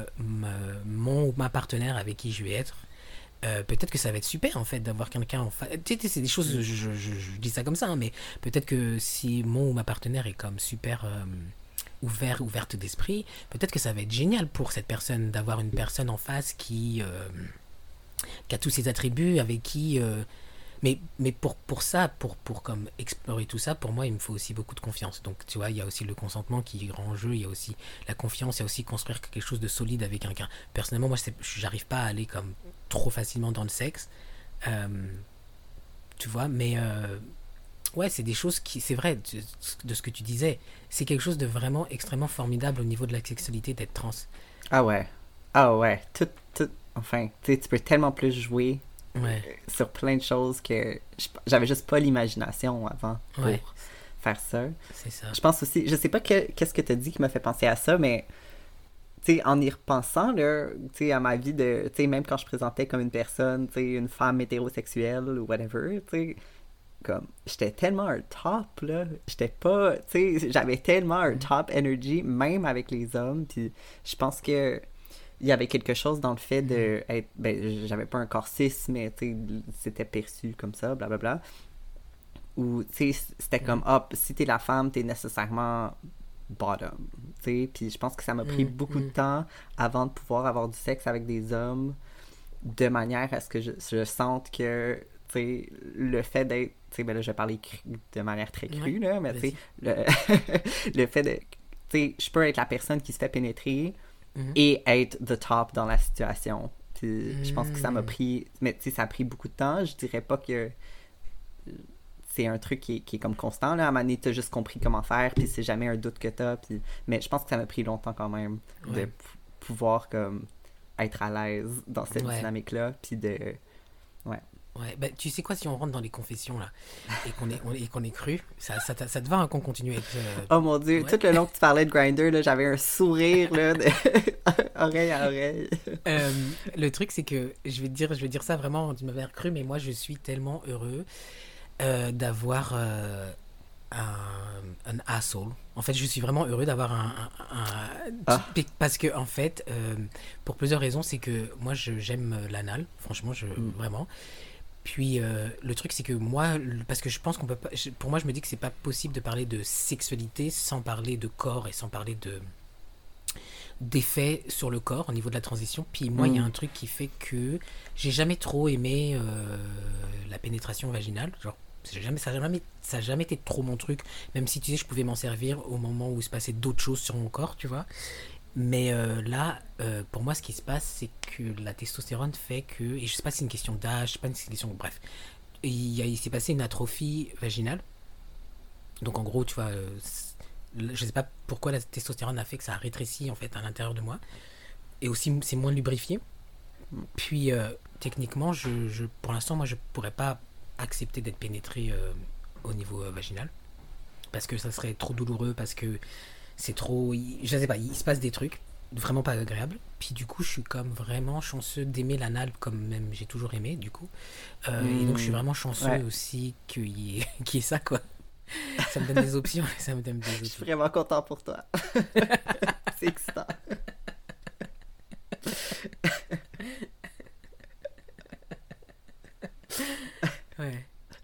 S2: mon ou ma partenaire avec qui je vais être, peut-être que ça va être super en fait d'avoir quelqu'un en face. Tu sais, c'est des choses, je dis ça comme ça, hein, mais peut-être que si mon ou ma partenaire est comme super ouverte d'esprit, peut-être que ça va être génial pour cette personne d'avoir une personne en face qui a tous ses attributs, avec qui. Mais pour ça, pour comme explorer tout ça, pour moi, il me faut aussi beaucoup de confiance. Donc, tu vois, il y a aussi le consentement qui rend en jeu, il y a aussi la confiance, il y a aussi construire quelque chose de solide avec quelqu'un. Personnellement, moi, j'arrive pas à aller comme trop facilement dans le sexe, euh, tu vois, mais ouais, c'est des choses qui, c'est vrai, de ce que tu disais, c'est quelque chose de vraiment extrêmement formidable au niveau de la sexualité d'être trans.
S1: Ah ouais. Ah ouais. Enfin, tu sais, tu peux tellement plus jouer
S2: Ouais,
S1: sur plein de choses que j'avais juste pas l'imagination avant
S2: ouais,
S1: pour faire ça.
S2: c'est ça.
S1: Je pense aussi, je sais pas qu'est-ce que t'as dit qui m'a fait penser à ça, mais tu sais, en y repensant, là, tu sais, à ma vie de, tu sais, même quand je présentais comme une personne, tu sais, une femme hétérosexuelle ou whatever, tu sais, comme, j'étais tellement un top, là, j'étais pas, tu sais, j'avais tellement un top energy, même avec les hommes, puis je pense que il y avait quelque chose dans le fait de être, ben, j'avais pas un corps cis, mais tu sais, c'était perçu comme ça, blablabla, où, tu sais, c'était comme, hop, si t'es la femme, t'es nécessairement bottom, tu sais, puis je pense que ça m'a pris beaucoup de temps avant de pouvoir avoir du sexe avec des hommes, de manière à ce que je sente que, tu sais, le fait d'être, tu sais, ben là, je vais parler de manière très crue, là, mais tu sais, le fait de, tu sais, je peux être la personne qui se fait pénétrer et être the top dans la situation. Puis je pense que ça m'a pris, mais tu sais, ça a pris beaucoup de temps. Je dirais pas que c'est un truc qui est comme constant, là. À un moment donné, t'as juste compris comment faire, puis c'est jamais un doute que t'as, puis... Mais je pense que ça m'a pris longtemps quand même de pouvoir, comme, être à l'aise dans cette dynamique-là, puis de... Ouais.
S2: Ouais, bah, tu sais quoi, si on rentre dans les confessions, là, et qu'on est cru, ça te va hein, qu'on continue avec...
S1: Oh mon Dieu, tout le long que tu parlais de Grindr, là, j'avais un sourire, là, de... oreille à oreille.
S2: Le truc, c'est que, je vais te dire ça vraiment d'une manière crue, mais moi, je suis tellement heureux d'avoir un asshole. En fait, je suis vraiment heureux d'avoir parce que, en fait, pour plusieurs raisons, c'est que moi, j'aime l'anal, franchement, vraiment. Puis le truc c'est que moi, parce que je pense qu'on peut pas, pour moi je me dis que c'est pas possible de parler de sexualité sans parler de corps et sans parler d'effets sur le corps au niveau de la transition. Puis moi il y a un truc qui fait que j'ai jamais trop aimé la pénétration vaginale, genre ça a jamais été trop mon truc, même si tu sais je pouvais m'en servir au moment où il se passait d'autres choses sur mon corps, tu vois. Mais là, pour moi, ce qui se passe, c'est que la testostérone fait que, et je sais pas si c'est une question d'âge, je sais pas si c'est une question, bref, il s'est passé une atrophie vaginale. Donc en gros, tu vois, je sais pas pourquoi la testostérone a fait que ça a rétréci en fait à l'intérieur de moi, et aussi c'est moins lubrifié. Puis techniquement, pour l'instant, moi, je pourrais pas accepter d'être pénétré au niveau vaginal, parce que ça serait trop douloureux, parce que c'est trop, je sais pas, il se passe des trucs vraiment pas agréables, puis du coup je suis comme vraiment chanceux d'aimer l'anal comme même j'ai toujours aimé du coup, et donc je suis vraiment chanceux aussi qu'il y ait ça quoi. Ça me donne des options. Je
S1: suis vraiment content pour toi. C'est excitant.
S2: Ouais.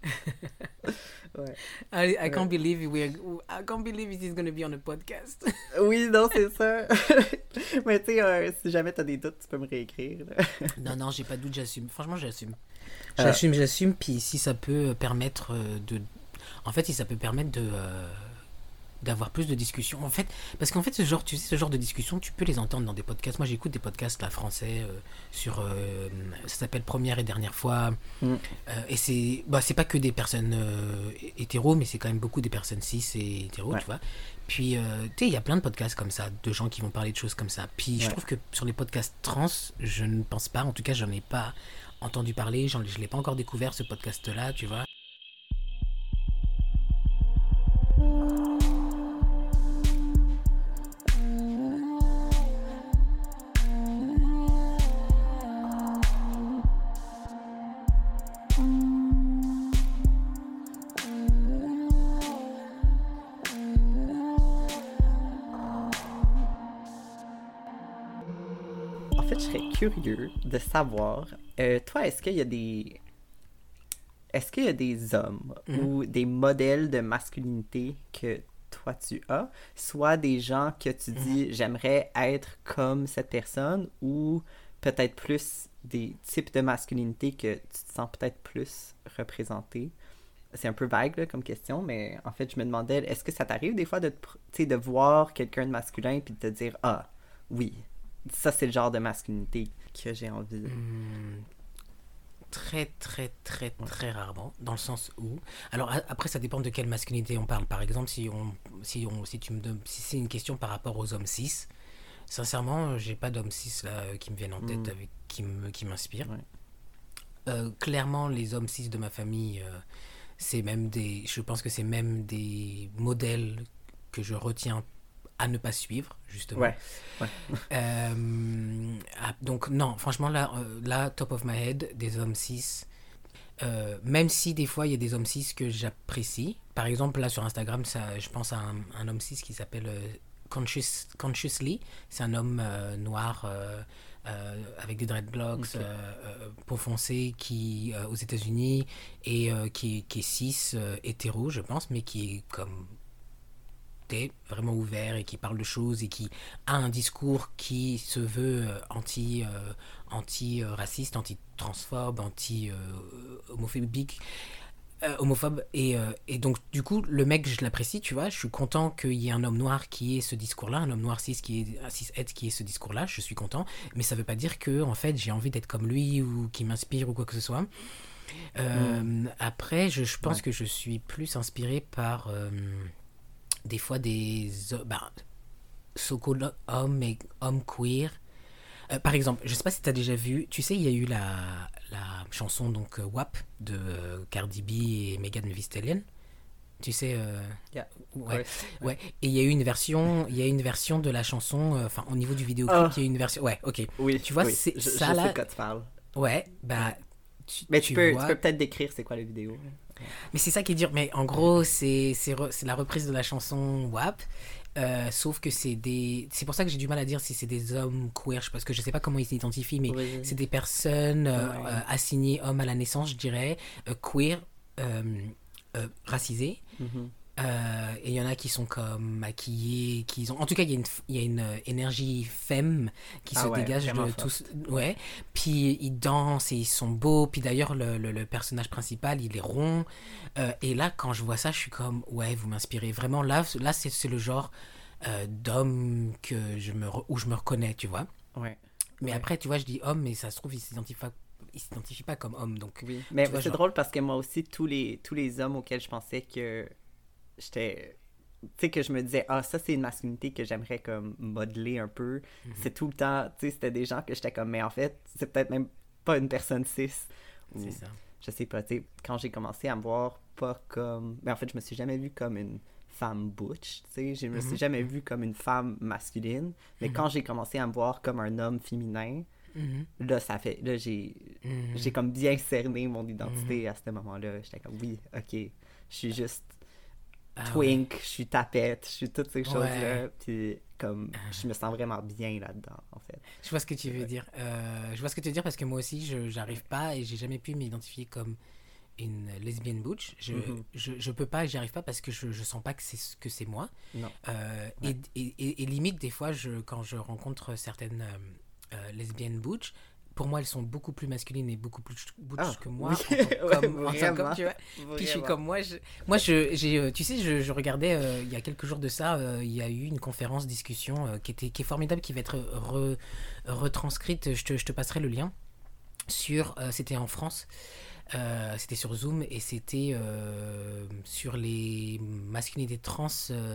S2: I can't believe it is going to be on a podcast.
S1: Oui, non, c'est ça. Mais tu sais, si jamais t'as des doutes, tu peux me réécrire.
S2: Non, j'ai pas de doute, j'assume. Franchement, j'assume. J'assume, puis si ça peut permettre de... En fait, si ça peut permettre d'avoir plus de discussions. En fait, parce qu'en fait, ce genre de discussions, tu peux les entendre dans des podcasts. Moi, j'écoute des podcasts là, français sur... ça s'appelle Première et Dernière Fois. Et c'est pas que des personnes hétéros, mais c'est quand même beaucoup des personnes cis et hétéros, tu vois. Puis, tu sais, il y a plein de podcasts comme ça, de gens qui vont parler de choses comme ça. Puis, je trouve que sur les podcasts trans, je ne pense pas, en tout cas, j'en ai pas entendu parler, je l'ai pas encore découvert, ce podcast-là, tu vois.
S1: En fait, je serais curieux de savoir, toi, est-ce qu'il y a des hommes ou des modèles de masculinité que toi tu as, soit des gens que tu dis j'aimerais être comme cette personne, ou peut-être plus des types de masculinité que tu te sens peut-être plus représenté? C'est un peu vague là, comme question, mais en fait je me demandais, est-ce que ça t'arrive des fois de voir quelqu'un de masculin puis de te dire ah oui, ça c'est le genre de masculinité que j'ai envie de...
S2: Très rarement, dans le sens où... Alors après ça dépend de quelle masculinité on parle. Par exemple, si c'est une question par rapport aux hommes cis, sincèrement j'ai pas d'hommes cis là qui me viennent en tête qui m'inspirent. Clairement les hommes cis de ma famille, je pense que c'est même des modèles que je retiens à ne pas suivre, justement. Donc non, franchement là, top of my head, des hommes cis, même si des fois il y a des hommes cis que j'apprécie. Par exemple là sur Instagram, je pense à un homme cis qui s'appelle Consciously. C'est un homme noir avec des dreadlocks, peau foncée, qui aux États-Unis, et qui est cis, hétéro je pense, mais qui est comme t'es vraiment ouvert et qui parle de choses et qui a un discours qui se veut anti-raciste, anti-transphobe, anti-homophobique, homophobe. Et donc, du coup, le mec, je l'apprécie, tu vois. Je suis content qu'il y ait un homme noir qui ait ce discours-là, un homme noir cis qui ait ce discours-là. Je suis content. Mais ça veut pas dire que, en fait, j'ai envie d'être comme lui ou qu'il m'inspire ou quoi que ce soit. Après, je pense que je suis plus inspiré par des fois des so-called hommes queer. Par exemple, je sais pas si tu as déjà vu, tu sais, il y a eu la chanson donc WAP de Cardi B et Megan Thee Stallion. Tu sais,
S1: Yeah.
S2: ouais, ouais. Et il y a une version de la chanson, enfin au niveau du vidéoclip, il y a une version, ouais, ok.
S1: Oui,
S2: Tu vois,
S1: oui.
S2: c'est
S1: Je
S2: ça
S1: sais
S2: là,
S1: de quoi tu parles.
S2: ouais, bah,
S1: Mais
S2: tu
S1: tu peux
S2: vois,
S1: peut-être décrire c'est quoi la vidéo.
S2: mais c'est ça qui est dur. Mais en gros, c'est la reprise de la chanson WAP. Sauf que c'est pour ça que j'ai du mal à dire si c'est des hommes queer, parce que je sais pas comment ils s'identifient, mais
S1: Oui.
S2: c'est des personnes
S1: Ouais.
S2: assignées hommes à la naissance, je dirais, queer, racisées.
S1: Mhm.
S2: Et il y en a qui sont comme maquillés, en tout cas il y a une énergie femme qui se
S1: Ah ouais,
S2: dégage
S1: vraiment
S2: de
S1: forte.
S2: tous, ouais. Puis ils dansent et ils sont beaux. Puis d'ailleurs le personnage principal il est rond. Et là quand je vois ça je suis comme ouais vous m'inspirez vraiment là c'est le genre d'homme où je me reconnais tu vois.
S1: Ouais.
S2: Mais
S1: Ouais.
S2: après tu vois je dis homme mais ça se trouve il s'identifie pas comme homme donc
S1: Oui. Mais
S2: tu vois
S1: c'est
S2: genre
S1: drôle parce que moi aussi, tous les hommes auxquels je pensais que j'étais. Tu sais, que je me disais, ah, ça, c'est une masculinité que j'aimerais comme modeler un peu. C'est tout le temps, tu sais, c'était des gens que j'étais comme, mais en fait, c'est peut-être même pas une personne cis.
S2: c'est
S1: Ou,
S2: ça.
S1: je sais pas, tu sais, quand j'ai commencé à me voir pas comme. Mais en fait, je me suis jamais vue comme une femme butch, tu sais, je me suis
S2: Mhm,
S1: jamais vue comme une femme masculine. Mais
S2: mhm,
S1: quand j'ai commencé à me voir comme un homme féminin,
S2: mhm,
S1: là, ça fait. Là, j'ai
S2: mhm,
S1: comme bien cerné mon
S2: mhm.
S1: identité à ce moment-là. J'étais comme, oui, ok, je suis juste
S2: Ah ouais.
S1: twink, je suis tapette, je suis toutes ces
S2: Ouais.
S1: choses-là. Puis, comme, je me sens vraiment bien là-dedans, en fait.
S2: Je vois ce que tu
S1: Puis,
S2: veux
S1: ouais.
S2: dire. Je vois ce que tu veux dire parce que moi aussi, j'arrive pas et j'ai jamais pu m'identifier comme une lesbienne butch.
S1: Mhm.
S2: Je peux pas, j'y arrive pas parce que je sens pas que c'est moi.
S1: Non. Ouais.
S2: Et limite, des fois, quand je rencontre certaines lesbiennes butch, pour moi, elles sont beaucoup plus masculines et beaucoup plus
S1: Ah,
S2: butch que
S1: oui,
S2: moi
S1: ouais,
S2: en tant qu'homme,
S1: vraiment.
S2: tu vois. Puis je suis
S1: Vraiment.
S2: comme tu sais, je regardais il y a quelques jours de ça, il y a eu une conférence discussion qui est formidable, qui va être retranscrite. Je te passerai le lien. C'était en France, c'était sur Zoom et c'était sur les masculinités trans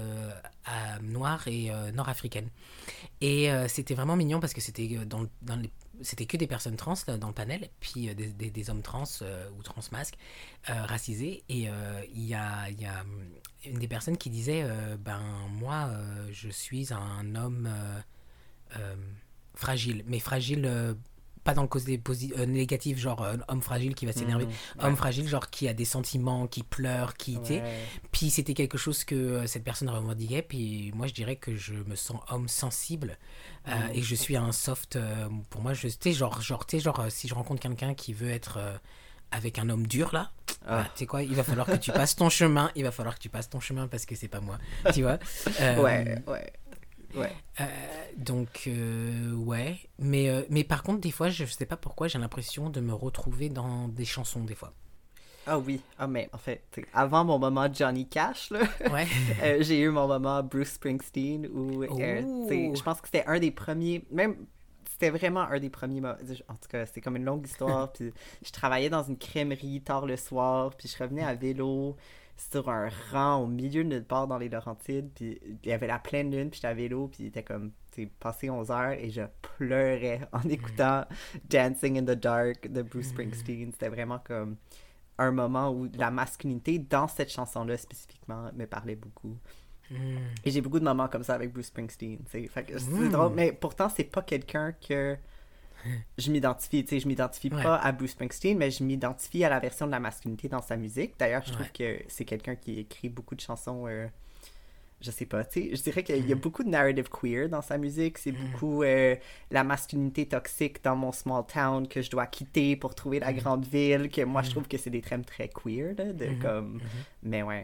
S2: noires et nord-africaines. Et c'était vraiment mignon parce que c'était c'était que des personnes trans là, dans le panel, puis des hommes trans ou trans masques racisés. Et il y a une des personnes qui disait ben moi je suis un homme euh, fragile, mais fragile pas dans le côté négatif, genre homme fragile qui va s'énerver,
S1: Mhm.
S2: homme
S1: Ouais.
S2: fragile genre qui a des sentiments, qui pleure, qui, tu sais.
S1: Ouais.
S2: Puis c'était quelque chose que cette personne revendiquait, puis moi je dirais que je me sens homme sensible et
S1: Mhm.
S2: que je suis un soft, pour moi, tu sais, si je rencontre quelqu'un qui veut être avec un homme dur là, bah
S1: Ah.
S2: tu sais quoi, il va falloir que tu passes ton chemin, il va falloir que tu passes ton chemin parce que c'est pas moi, tu vois.
S1: Ouais,
S2: Euh,
S1: ouais, ouais.
S2: euh, donc, ouais. Mais par contre, des fois, je sais pas pourquoi, j'ai l'impression de me retrouver dans des chansons, des fois.
S1: Ah oui, ah mais en fait, t'sais, avant mon moment Johnny Cash, là,
S2: Ouais.
S1: j'ai eu mon moment Bruce Springsteen où, t'sais,
S2: Oh.
S1: je pense que c'était un des premiers, même, c'était vraiment un des premiers, en tout cas, c'était comme une longue histoire, puis je travaillais dans une crèmerie tard le soir, puis je revenais à vélo sur un rang au milieu de nulle part dans les Laurentides, puis il y avait la pleine lune, puis j'étais à vélo, puis il était comme, passé 11 heures, et je pleurais en écoutant Dancing in the Dark de Bruce Springsteen. C'était vraiment comme un moment où la masculinité, dans cette chanson-là spécifiquement, me parlait beaucoup.
S2: Mm.
S1: Et j'ai beaucoup de moments comme ça avec Bruce Springsteen. Fait que c'est drôle,
S2: Mm.
S1: mais pourtant, c'est pas quelqu'un que je m'identifie. Je m'identifie
S2: Ouais.
S1: pas à Bruce Springsteen, mais je m'identifie à la version de la masculinité dans sa musique. D'ailleurs, je trouve
S2: Ouais.
S1: que c'est quelqu'un qui écrit beaucoup de chansons. Je sais pas, tu sais, je dirais qu'il y a
S2: Mm.
S1: beaucoup de narrative queer dans sa musique. C'est
S2: Mm.
S1: beaucoup la masculinité toxique dans mon small town que je dois quitter pour trouver la
S2: Mm.
S1: grande ville. Que moi, je
S2: Mm.
S1: trouve que c'est des thèmes très queer, là, de
S2: Mhm.
S1: comme.
S2: Mhm.
S1: Mais ouais.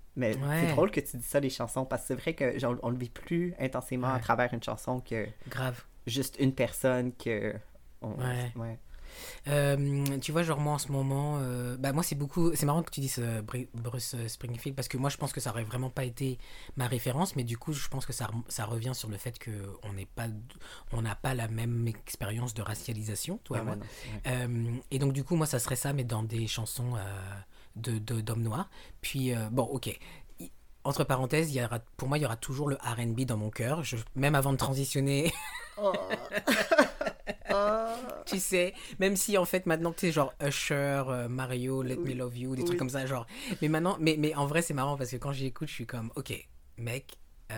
S1: Mais c'est
S2: Ouais,
S1: drôle que tu dis ça, les chansons, parce que c'est vrai que genre, on le vit plus intensément à
S2: ouais,
S1: travers une chanson que
S2: grave.
S1: juste une personne que...
S2: Ouais.
S1: Ouais.
S2: Tu vois, genre moi en ce moment, bah moi c'est beaucoup, c'est marrant que tu dises Bruce Springfield parce que moi je pense que ça aurait vraiment pas été ma référence, mais du coup je pense que ça revient sur le fait que on n'a pas la même expérience de racialisation, toi et
S1: Ah ouais,
S2: moi.
S1: non. Ouais.
S2: Et donc du coup moi ça serait ça, mais dans des chansons d'hommes noirs. Puis bon, ok. Entre parenthèses, pour moi, il y aura toujours le R&B dans mon cœur. Même avant de transitionner,
S1: Oh. Oh.
S2: tu sais, même si en fait maintenant tu sais genre Usher, Mario, Let Me
S1: Oui,
S2: Love You, des trucs
S1: oui.
S2: comme ça, genre. Mais maintenant, mais en vrai c'est marrant parce que quand j'y écoute, je suis comme, ok, mec,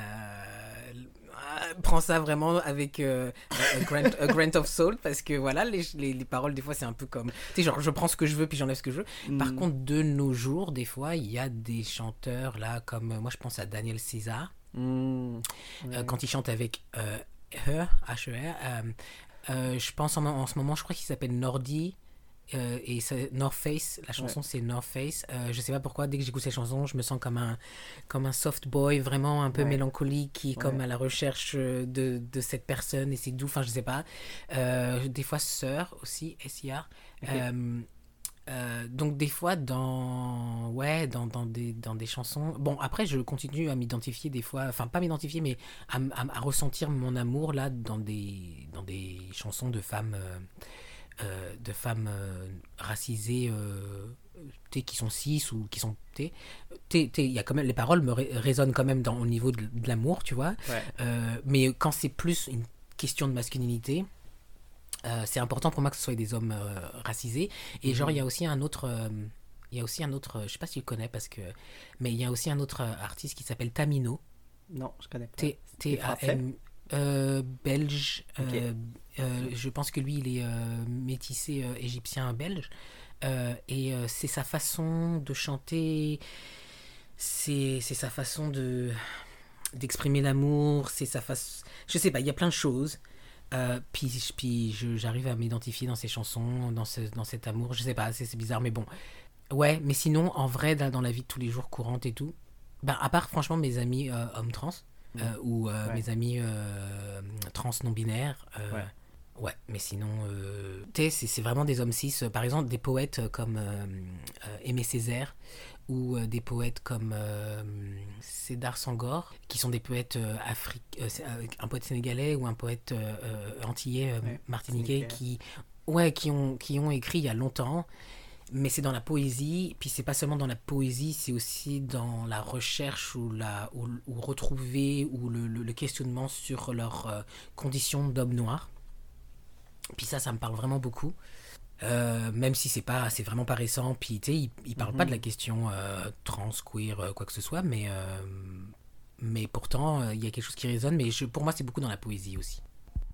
S2: prends ça vraiment avec a grant of salt parce que voilà, les paroles des fois c'est un peu comme, tu sais, genre je prends ce que je veux puis j'enlève ce que je veux. Par
S1: Mm.
S2: contre, de nos jours, des fois, il y a des chanteurs là comme moi je pense à Daniel César
S1: Mm. Ouais.
S2: quand il chante avec Her, H-E-R. Je pense en ce moment, je crois qu'il s'appelle Nordy. Et North Face, la
S1: Ouais.
S2: chanson c'est North Face. Je sais pas pourquoi, dès que j'écoute cette chanson, je me sens comme un soft boy, vraiment un peu
S1: Ouais.
S2: mélancolique, qui est comme
S1: Ouais.
S2: à la recherche de cette personne et c'est doux, enfin je sais pas. Des fois Sœur aussi, S-I-R.
S1: Ok.
S2: Euh, donc des fois dans des chansons, bon après je continue à m'identifier des fois, enfin pas m'identifier mais à ressentir mon amour là dans des chansons de femmes racisées qui sont cis ou qui sont il y a quand même les paroles résonnent quand même au niveau de l'amour, tu vois.
S1: Ouais.
S2: Mais quand c'est plus une question de masculinité, c'est important pour moi que ce soit des hommes racisés. Et genre, il y
S1: Mhm.
S2: a aussi un autre. Il y a aussi un autre, je sais pas si tu le connais parce que, mais il y a aussi un autre artiste qui s'appelle Tamino,
S1: Non, je connais pas. C'est français?
S2: T-A-M, belge.
S1: Ok.
S2: Je pense que lui, il est métissé égyptien belge. C'est sa façon de chanter, c'est sa façon d'exprimer l'amour, c'est sa façon. Je sais pas, il y a plein de choses. J'arrive à m'identifier dans ces chansons, dans cet amour. Je sais pas, c'est bizarre, mais bon. Ouais, mais sinon, en vrai, là, dans la vie de tous les jours courante et tout, bah, à part franchement mes amis hommes trans,
S1: Mm.
S2: ou
S1: Ouais.
S2: mes amis trans non binaires,
S1: Ouais.
S2: ouais, mais sinon, tu sais, c'est vraiment des hommes cis. Par exemple, des poètes comme Aimé Césaire ou des poètes comme Cédar Senghor, qui sont des poètes un poète sénégalais ou un poète antillais,
S1: Ouais.
S2: martiniquais,
S1: Martiniquais.
S2: ouais, qui ont écrit il y a longtemps, mais c'est dans la poésie, puis c'est pas seulement dans la poésie, c'est aussi dans la recherche ou retrouver ou le questionnement sur leurs conditions d'hommes noirs. Puis ça me parle vraiment beaucoup. Même si c'est vraiment pas récent, puis tu sais, il parle pas de la
S1: Mhm.
S2: question trans, queer, quoi que ce soit, mais pourtant, il y a quelque chose qui résonne, mais pour moi, c'est beaucoup dans la poésie aussi.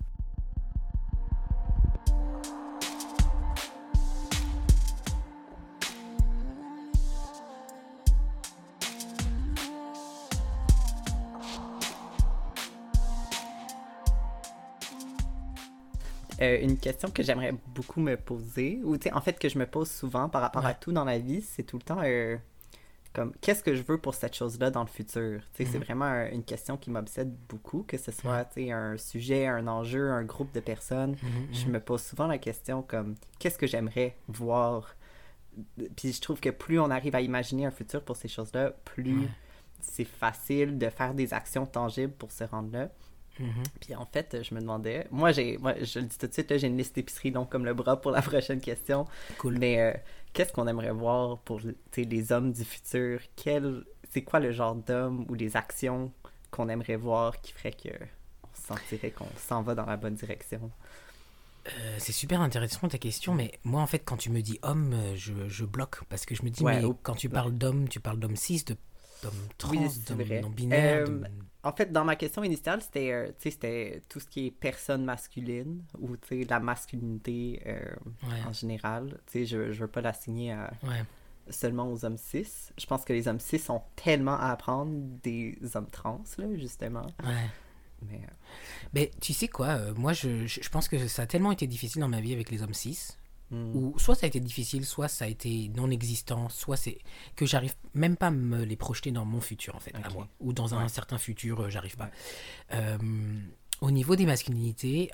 S1: Une question que j'aimerais beaucoup me poser, ou tu sais, en fait que je me pose souvent par rapport à
S2: Ouais.
S1: tout dans la vie, c'est tout le temps comme qu'est-ce que je veux pour cette chose-là dans le futur. Tu sais, c'est
S2: Mhm.
S1: vraiment une question qui m'obsède beaucoup, que ce
S2: Ouais.
S1: soit tu sais, un sujet, un enjeu, un groupe de personnes.
S2: Mhm,
S1: Je
S2: mhm.
S1: me pose souvent la question comme qu'est-ce que j'aimerais voir. Puis je trouve que plus on arrive à imaginer un futur pour ces choses-là, plus
S2: Ouais.
S1: c'est facile de faire des actions tangibles pour se rendre là.
S2: Mhm.
S1: Puis en fait, je me demandais, moi je le dis tout de suite, là, j'ai une liste d'épicerie donc comme le bras pour la prochaine question.
S2: Cool.
S1: Mais qu'est-ce qu'on aimerait voir pour tu sais, les hommes du futur? C'est quoi le genre d'homme ou les actions qu'on aimerait voir qui ferait que on sentirait qu'on s'en va dans la bonne direction?
S2: C'est super intéressant ta question, mais moi en fait quand tu me dis homme, je bloque parce que je me dis
S1: Ouais,
S2: mais quand
S1: ouais.
S2: tu parles d'homme cis, d'homme
S1: Oui,
S2: trans,
S1: c'est
S2: d'homme
S1: vrai.
S2: non binaire, d'homme...
S1: En fait, dans ma question initiale, tu sais, c'était tout ce qui est personne masculine ou tu sais, la masculinité
S2: Ouais,
S1: en général. Tu sais, je veux pas l'assigner à
S2: ouais,
S1: seulement aux hommes cis. Je pense que les hommes cis ont tellement à apprendre des hommes trans, là, justement.
S2: ouais.
S1: Mais
S2: Mais tu sais quoi, moi je pense que ça a tellement été difficile dans ma vie avec les hommes cis Ou soit ça a été difficile, soit ça a été non existant, soit c'est que j'arrive même pas à me les projeter dans mon futur en fait, à moi, ou dans un certain futur, j'arrive pas. Au niveau des masculinités,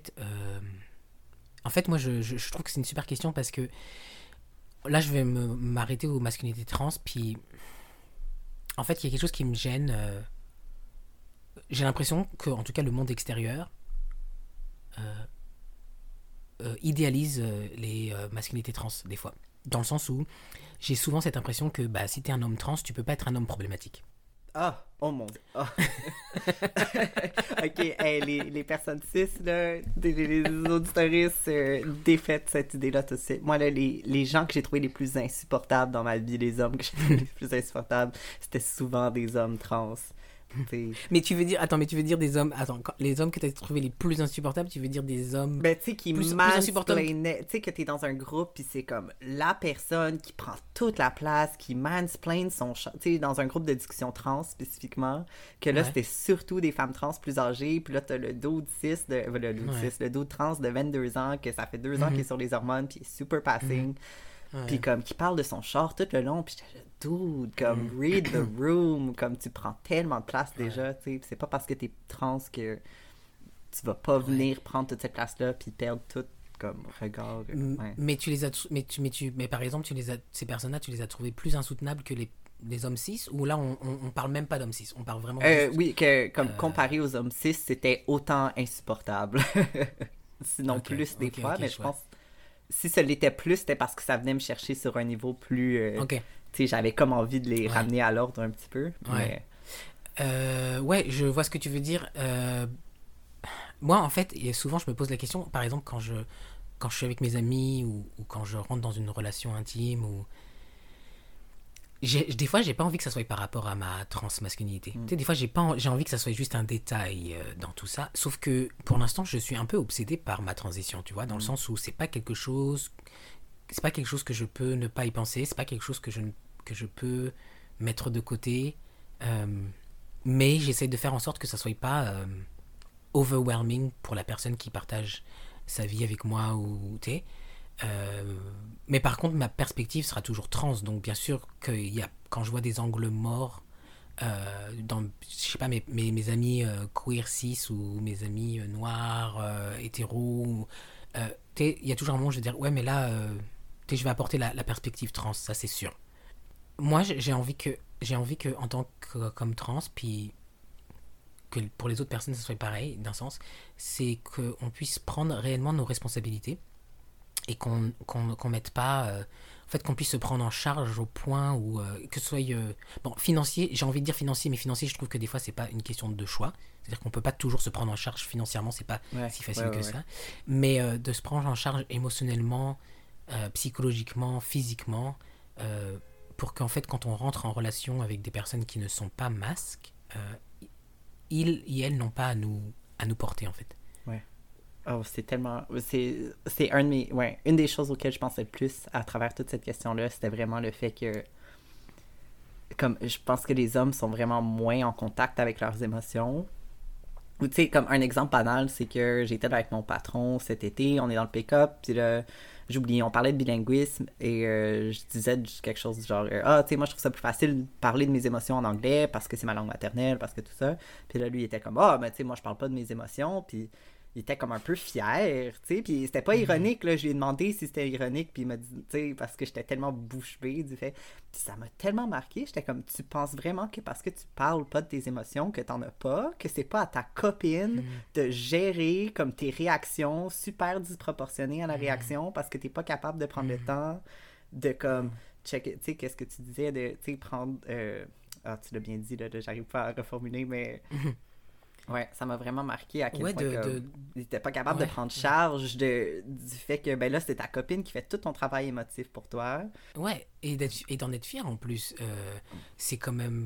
S2: en fait moi je trouve que c'est une super question parce que là je vais m'arrêter aux masculinités trans, puis en fait il y a quelque chose qui me gêne. J'ai l'impression que en tout cas le monde extérieur idéalise les masculinités trans des fois. Dans le sens où j'ai souvent cette impression que bah, si t'es un homme trans, tu peux pas être un homme problématique.
S1: Ah, oh mon dieu. Ah. Ok, hey, les personnes cis, là, les auditoristes, défaites cette idée-là tout de suite. Moi, là, les gens que j'ai trouvés les plus insupportables dans ma vie, les hommes que j'ai trouvés les plus insupportables, c'était souvent des hommes trans.
S2: Mais tu veux dire des hommes. Attends, les hommes que tu as trouvé les plus insupportables, tu veux dire des hommes.
S1: Ben, tu sais, qui mansplainaient. Tu sais, que t'es dans un groupe, puis c'est comme la personne qui prend toute la place, qui mansplaine son chat. Tu sais, dans un groupe de discussion trans spécifiquement, que là, c'était surtout des femmes trans plus âgées, puis là, t'as le dude cis, le dude trans de 22 ans, que ça fait 2 ans qu'il est sur les hormones, puis il est super passing. Puis comme qui parle de son char tout le long, puis j'étais dude, comme read the room, comme tu prends tellement de place déjà, tu sais, c'est pas parce que t'es trans que tu vas pas venir prendre toute cette place-là puis perdre tout comme regard.
S2: Mais tu les as, mais par exemple ces personnes-là, tu les as trouvées plus insoutenables que les hommes cis, ou là on parle même pas d'hommes cis, on parle vraiment
S1: oui, que comme comparé aux hommes cis, c'était autant insupportable. Sinon plus des fois, mais je pense si ça l'était plus, c'était parce que ça venait me chercher sur un niveau plus... tu sais, j'avais comme envie de les ramener à l'ordre un petit peu.
S2: Ouais. Ouais, je vois ce que tu veux dire. Moi, en fait, souvent, je me pose la question, par exemple, quand je suis avec mes amis ou quand je rentre dans une relation intime ou... Des fois, j'ai pas envie que ça soit par rapport à ma transmasculinité. Tu sais, des fois, j'ai envie que ça soit juste un détail dans tout ça. Sauf que, pour l'instant, je suis un peu obsédé par ma transition, tu vois, dans le sens où c'est pas quelque chose que je peux ne pas y penser, c'est pas quelque chose que je peux mettre de côté. Mais j'essaie de faire en sorte que ça soit pas overwhelming pour la personne qui partage sa vie avec moi ou, tu sais. Mais par contre ma perspective sera toujours trans, donc bien sûr que quand je vois des angles morts dans, je sais pas, mes amis queer cis ou mes amis noirs hétéros, il y a toujours un moment où je vais dire ouais mais là je vais apporter la perspective trans, ça c'est sûr. Moi j'ai envie que en tant que comme trans, puis que pour les autres personnes ça soit pareil d'un sens, c'est qu'on puisse prendre réellement nos responsabilités et qu'on mette pas en fait qu'on puisse se prendre en charge au point où que ce soit bon financier, j'ai envie de dire financier, mais financier je trouve que des fois c'est pas une question de choix, c'est-à-dire qu'on peut pas toujours se prendre en charge financièrement, c'est pas si facile que ça, mais de se prendre en charge émotionnellement, psychologiquement, physiquement, pour qu'en fait quand on rentre en relation avec des personnes qui ne sont pas masques, ils et elles n'ont pas à nous porter en fait.
S1: Oh, c'est tellement... C'est un de mes... Ouais, une des choses auxquelles je pensais le plus à travers toute cette question-là, c'était vraiment le fait que... Comme, je pense que les hommes sont vraiment moins en contact avec leurs émotions. Ou, tu sais, comme un exemple banal, c'est que j'étais avec mon patron cet été, on est dans le pick-up, puis là, on parlait de bilinguisme, et je disais quelque chose du genre, tu sais, moi, je trouve ça plus facile de parler de mes émotions en anglais, parce que c'est ma langue maternelle, parce que tout ça. Puis là, lui, il était comme, mais tu sais, moi, je parle pas de mes émotions, puis... Il était comme un peu fier, tu sais, puis c'était pas ironique, là, je lui ai demandé si c'était ironique, puis il m'a dit, tu sais, parce que j'étais tellement bouche bée du fait, puis ça m'a tellement marqué, j'étais comme, tu penses vraiment que parce que tu parles pas de tes émotions, que t'en as pas, que c'est pas à ta copine de gérer comme tes réactions super disproportionnées à la réaction, parce que t'es pas capable de prendre le temps de comme, checker, tu sais, qu'est-ce que tu disais, de, tu sais, prendre, tu l'as bien dit, là, j'arrive pas à reformuler, mais... Ouais, ça m'a vraiment marqué à quel point il était pas capable de prendre charge du fait que ben là c'était ta copine qui fait tout ton travail émotif pour toi.
S2: Ouais, et d'en être fier en plus, c'est quand même,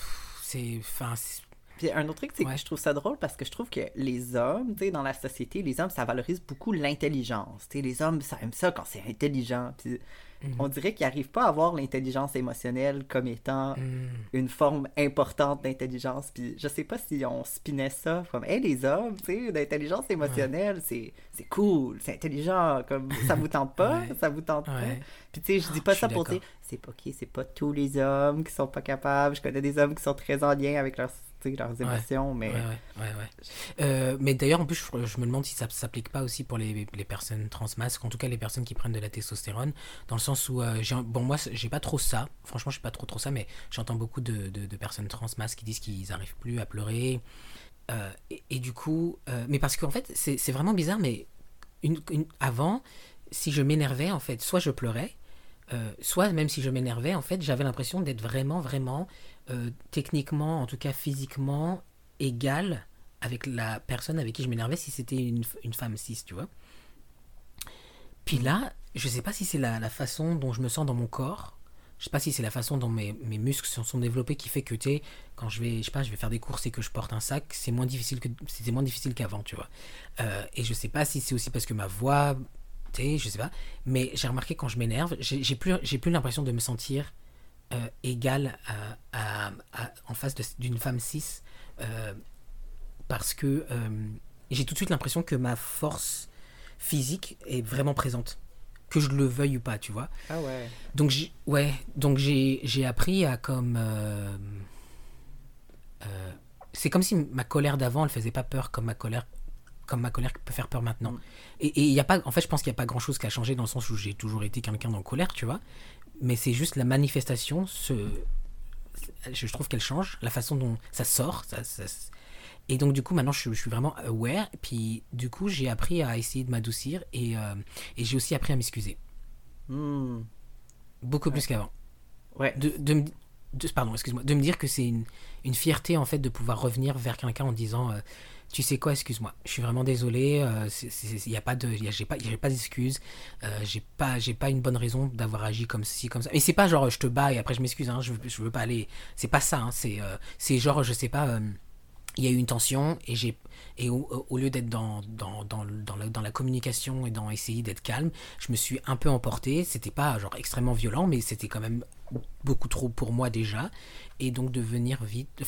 S1: Puis un autre truc, c'est que je trouve ça drôle parce que je trouve que les hommes, tu sais, dans la société, les hommes, ça valorise beaucoup l'intelligence. Tu sais, les hommes, ça aime ça quand c'est intelligent. Puis on dirait qu'ils n'arrivent pas à voir l'intelligence émotionnelle comme étant une forme importante d'intelligence. Puis je sais pas si on spinait ça comme, hey, les hommes, tu sais, l'intelligence émotionnelle, c'est cool, c'est intelligent, comme, ça vous tente pas, ça vous tente pas. Puis tu sais, je dis pas ça pour dire, c'est pas tous les hommes qui sont pas capables. Je connais des hommes qui sont très en lien avec leurs émotions, mais...
S2: Mais d'ailleurs, en plus, je me demande si ça s'applique pas aussi pour les personnes transmasques, en tout cas les personnes qui prennent de la testostérone, dans le sens où, bon, moi, j'ai pas trop ça, franchement, je suis pas trop ça, mais j'entends beaucoup de personnes transmasques qui disent qu'ils arrivent plus à pleurer, et du coup, mais parce qu'en fait, c'est vraiment bizarre, mais avant, si je m'énervais, en fait, soit je pleurais, soit même si je m'énervais, en fait, j'avais l'impression d'être vraiment, vraiment techniquement, en tout cas physiquement, égal avec la personne avec qui je m'énervais si c'était une femme cis, tu vois. Puis là, je sais pas si c'est la façon dont je me sens dans mon corps, je sais pas si c'est la façon dont mes muscles se sont développés qui fait que, tu sais, quand je vais faire des courses et que je porte un sac, c'était moins difficile qu'avant, tu vois. Et je sais pas si c'est aussi parce que ma voix, tu sais, je sais pas, mais j'ai remarqué quand je m'énerve, j'ai plus l'impression de me sentir égal en face d'une femme cis, parce que j'ai tout de suite l'impression que ma force physique est vraiment présente, que je le veuille ou pas, tu vois.
S1: Ah ouais.
S2: Donc j'ai appris à comme c'est comme si ma colère d'avant elle faisait pas peur comme ma colère peut faire peur maintenant. Et il y a pas, en fait, je pense qu'il y a pas grand chose qui a changé dans le sens où j'ai toujours été quelqu'un en colère, tu vois. Mais c'est juste la manifestation, je trouve qu'elle change, la façon dont ça sort, et donc du coup maintenant je suis vraiment aware, puis du coup j'ai appris à essayer de m'adoucir, et j'ai aussi appris à m'excuser. Beaucoup plus qu'avant.
S1: Ouais.
S2: Pardon, excuse-moi, de me dire que c'est une fierté en fait de pouvoir revenir vers quelqu'un en disant tu sais quoi, excuse-moi, je suis vraiment désolé, j'ai pas d'excuses, j'ai pas une bonne raison d'avoir agi comme ceci, comme ça. Et c'est pas genre je te bats et après je m'excuse, hein, je veux pas aller, c'est pas ça, hein, c'est genre je sais pas, il y a eu une tension et au lieu d'être dans la communication et dans essayer d'être calme, je me suis un peu emporté. C'était pas genre extrêmement violent, mais c'était quand même beaucoup trop pour moi déjà, et donc de venir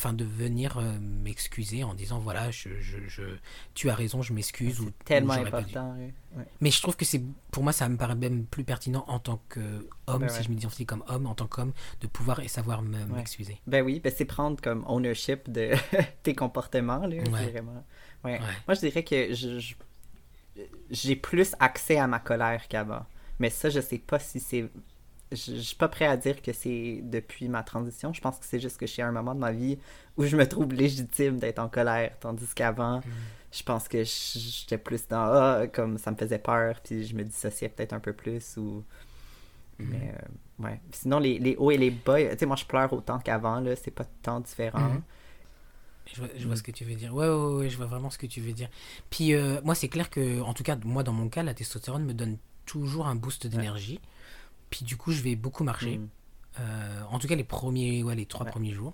S2: m'excuser en disant voilà, tu as raison, je m'excuse,
S1: c'est tellement important.
S2: Ouais. Mais je trouve que pour moi ça me paraît même plus pertinent en tant qu'homme, si je m'identifie comme homme, en tant qu'homme, de pouvoir et savoir m'excuser.
S1: Ben oui, c'est prendre comme ownership de tes comportements là, c'est vraiment. Ouais. Moi je dirais que j'ai plus accès à ma colère qu'avant, mais ça je sais pas si c'est, je suis pas prêt à dire que c'est depuis ma transition. Je pense que c'est juste que je suis à un moment de ma vie où je me trouve légitime d'être en colère, tandis qu'avant je pense que j'étais plus dans comme ça me faisait peur, puis je me dissociais peut-être un peu plus, ou mais ouais. Sinon les hauts et les bas, tu sais, moi je pleure autant qu'avant là, c'est pas tant différent.
S2: Je vois ce que tu veux dire. Ouais, je vois vraiment ce que tu veux dire. Puis moi c'est clair que, en tout cas moi dans mon cas, la testostérone me donne toujours un boost d'énergie. Puis du coup je vais beaucoup marcher. En tout cas les 3 premiers jours.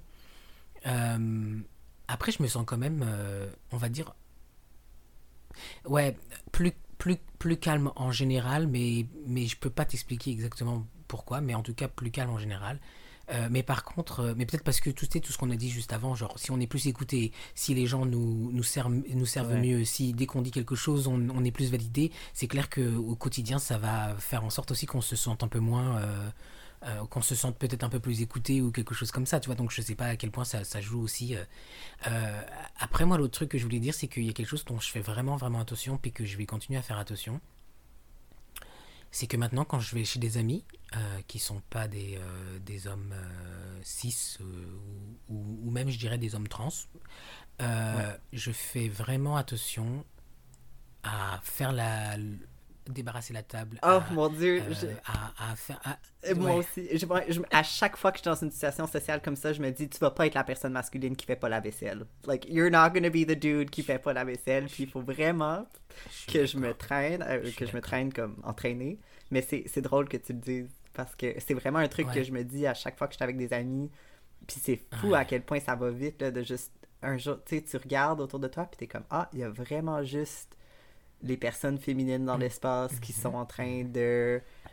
S2: Après je me sens quand même, on va dire, ouais, plus calme en général, mais je peux pas t'expliquer exactement pourquoi, mais en tout cas plus calme en général. Mais par contre, mais peut-être parce que tout ce qu'on a dit juste avant, genre si on est plus écouté, si les gens nous servent mieux, si dès qu'on dit quelque chose on est plus validé, c'est clair qu'au quotidien ça va faire en sorte aussi qu'on se sente un peu moins, qu'on se sente peut-être un peu plus écouté ou quelque chose comme ça, tu vois. Donc je sais pas à quel point ça joue aussi. Après moi l'autre truc que je voulais dire, c'est qu'il y a quelque chose dont je fais vraiment vraiment attention, puis que je vais continuer à faire attention. C'est que maintenant, quand je vais chez des amis qui sont pas des hommes cis, ou même, je dirais, des hommes trans, je fais vraiment attention à faire débarrasser la table.
S1: Mon Dieu!
S2: À faire...
S1: Moi aussi. À chaque fois que je suis dans une situation sociale comme ça, je me dis, tu vas pas être la personne masculine qui fait pas la vaisselle. Like, you're not gonna be the dude qui fait pas la vaisselle. Puis il faut vraiment que je me traîne comme entraîné. Mais c'est drôle que tu le dises, parce que c'est vraiment un truc que je me dis à chaque fois que je suis avec des amis. Puis c'est fou à quel point ça va vite, là, de juste un jour, tu sais, tu regardes autour de toi, puis t'es comme, il y a vraiment juste les personnes féminines dans l'espace qui sont en train de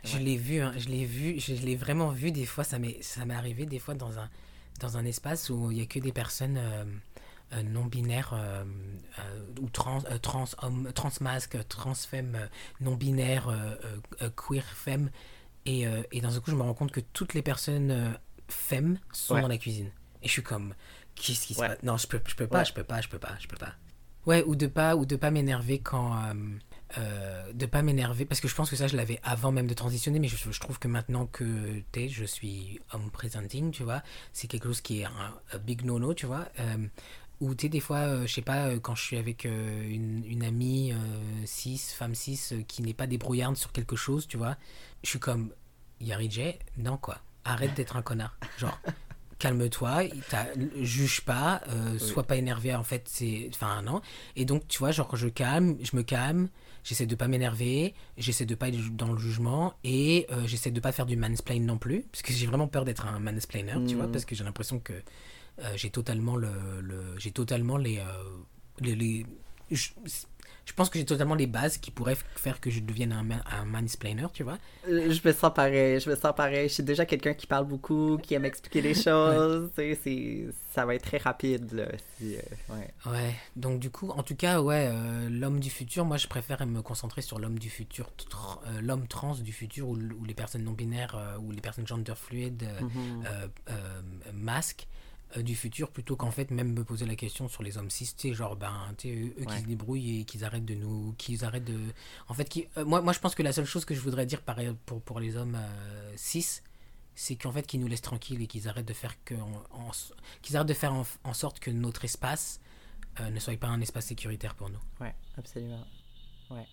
S2: Je l'ai vu, hein, je l'ai vraiment vu des fois. Ça m'est arrivé des fois dans un espace où il y a que des personnes non binaires ou trans hommes, trans masques, trans femmes, non binaires, queer femmes. Et d'un seul coup, je me rends compte que toutes les personnes femmes sont
S1: Ouais.
S2: dans la cuisine. Et je suis comme, qu'est-ce qui se
S1: Ouais.
S2: passe? Non, je peux pas,
S1: Ouais.
S2: je peux pas, je peux pas, je peux pas. Ouais, ou de pas m'énerver quand. De pas m'énerver, parce que je pense que ça, je l'avais avant même de transitionner, mais je trouve que maintenant que je suis homme presenting, tu vois, c'est quelque chose qui est un big no-no, tu vois. Ou tu sais, des fois, je sais pas, quand je suis avec une amie cis, femme cis, qui n'est pas débrouillarde sur quelque chose, tu vois, je suis comme, Yari J, non quoi, arrête d'être un connard. Genre, calme-toi, juge pas,
S1: Oui.
S2: sois pas énervé en fait, c'est. Enfin, non. Et donc, tu vois, genre, je me calme, j'essaie de pas m'énerver, j'essaie de pas être dans le jugement et j'essaie de pas faire du mansplain non plus, parce que j'ai vraiment peur d'être un mansplainer, tu vois, parce que j'ai l'impression que j'ai totalement j'ai totalement les je, je pense que j'ai totalement les bases qui pourraient faire que je devienne un mansplainer, tu vois.
S1: Je me sens pareil, je me sens pareil. Je suis déjà quelqu'un qui parle beaucoup, qui aime expliquer les
S2: Ouais.
S1: choses. Tu sais, ça va être très rapide, là. Si, ouais.
S2: Ouais, donc du coup, en tout cas, ouais, l'homme du futur, moi je préfère me concentrer sur l'homme du futur, l'homme trans du futur, ou les personnes non binaires, ou les personnes gender fluides,
S1: Mhm.
S2: masques du futur, plutôt qu'en fait même me poser la question sur les hommes cis, tu sais, genre, ben, tu sais, eux qui
S1: Ouais.
S2: se débrouillent et qu'ils arrêtent de. En fait, moi je pense que la seule chose que je voudrais dire pour les hommes cis, c'est qu'en fait qu'ils nous laissent tranquilles et qu'ils arrêtent de faire qu'ils arrêtent de faire en sorte que notre espace ne soit pas un espace sécuritaire pour nous.
S1: Ouais, absolument. Ouais.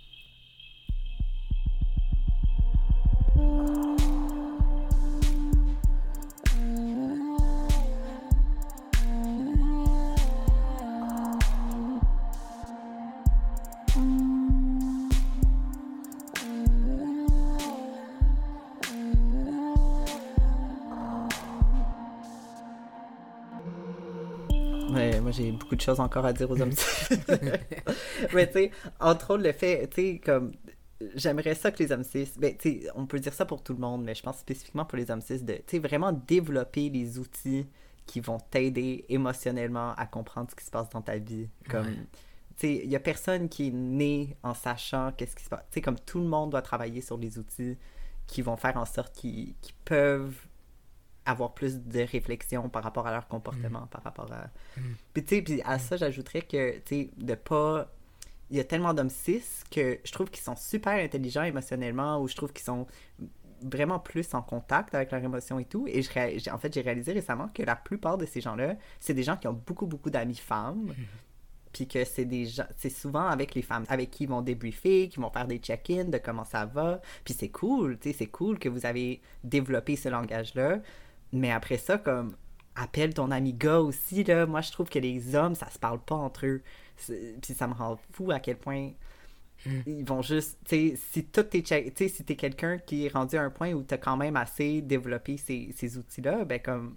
S1: Ouais, moi j'ai beaucoup de choses encore à dire aux hommes. Mais tu sais, entre autres, le fait, tu sais, comme. J'aimerais ça que les hommes cis. Ben, tu sais, on peut dire ça pour tout le monde, mais je pense spécifiquement pour les hommes cis, de, tu sais, vraiment développer les outils qui vont t'aider émotionnellement à comprendre ce qui se passe dans ta vie. Comme.
S2: Ouais.
S1: Tu sais, il y a personne qui est né en sachant qu'est-ce qui se passe. Tu sais, comme tout le monde doit travailler sur les outils qui vont faire en sorte qu'ils peuvent avoir plus de réflexion par rapport à leur
S2: Mm.
S1: comportement, par rapport à...
S2: Mm.
S1: Puis tu sais, puis à
S2: Mm.
S1: ça, j'ajouterais que, tu sais, de pas... Il y a tellement d'hommes cis que je trouve qu'ils sont super intelligents émotionnellement, ou je trouve qu'ils sont vraiment plus en contact avec leurs émotions et tout. Et en fait, j'ai réalisé récemment que la plupart de ces gens-là, c'est des gens qui ont beaucoup, beaucoup d'amis femmes, puis que c'est des gens, c'est souvent avec les femmes avec qui ils vont débriefer, qui vont faire des check-ins de comment ça va. Puis c'est cool, tu sais, c'est cool que vous avez développé ce langage-là. Mais après ça, comme, appelle ton ami gars aussi, là. Moi, je trouve que les hommes, ça se parle pas entre eux. Puis ça me rend fou à quel point
S2: Mm.
S1: ils vont juste, tu sais, si tout est check, tu sais, si t'es quelqu'un qui est rendu à un point où t'as quand même assez développé ces outils-là, ben comme,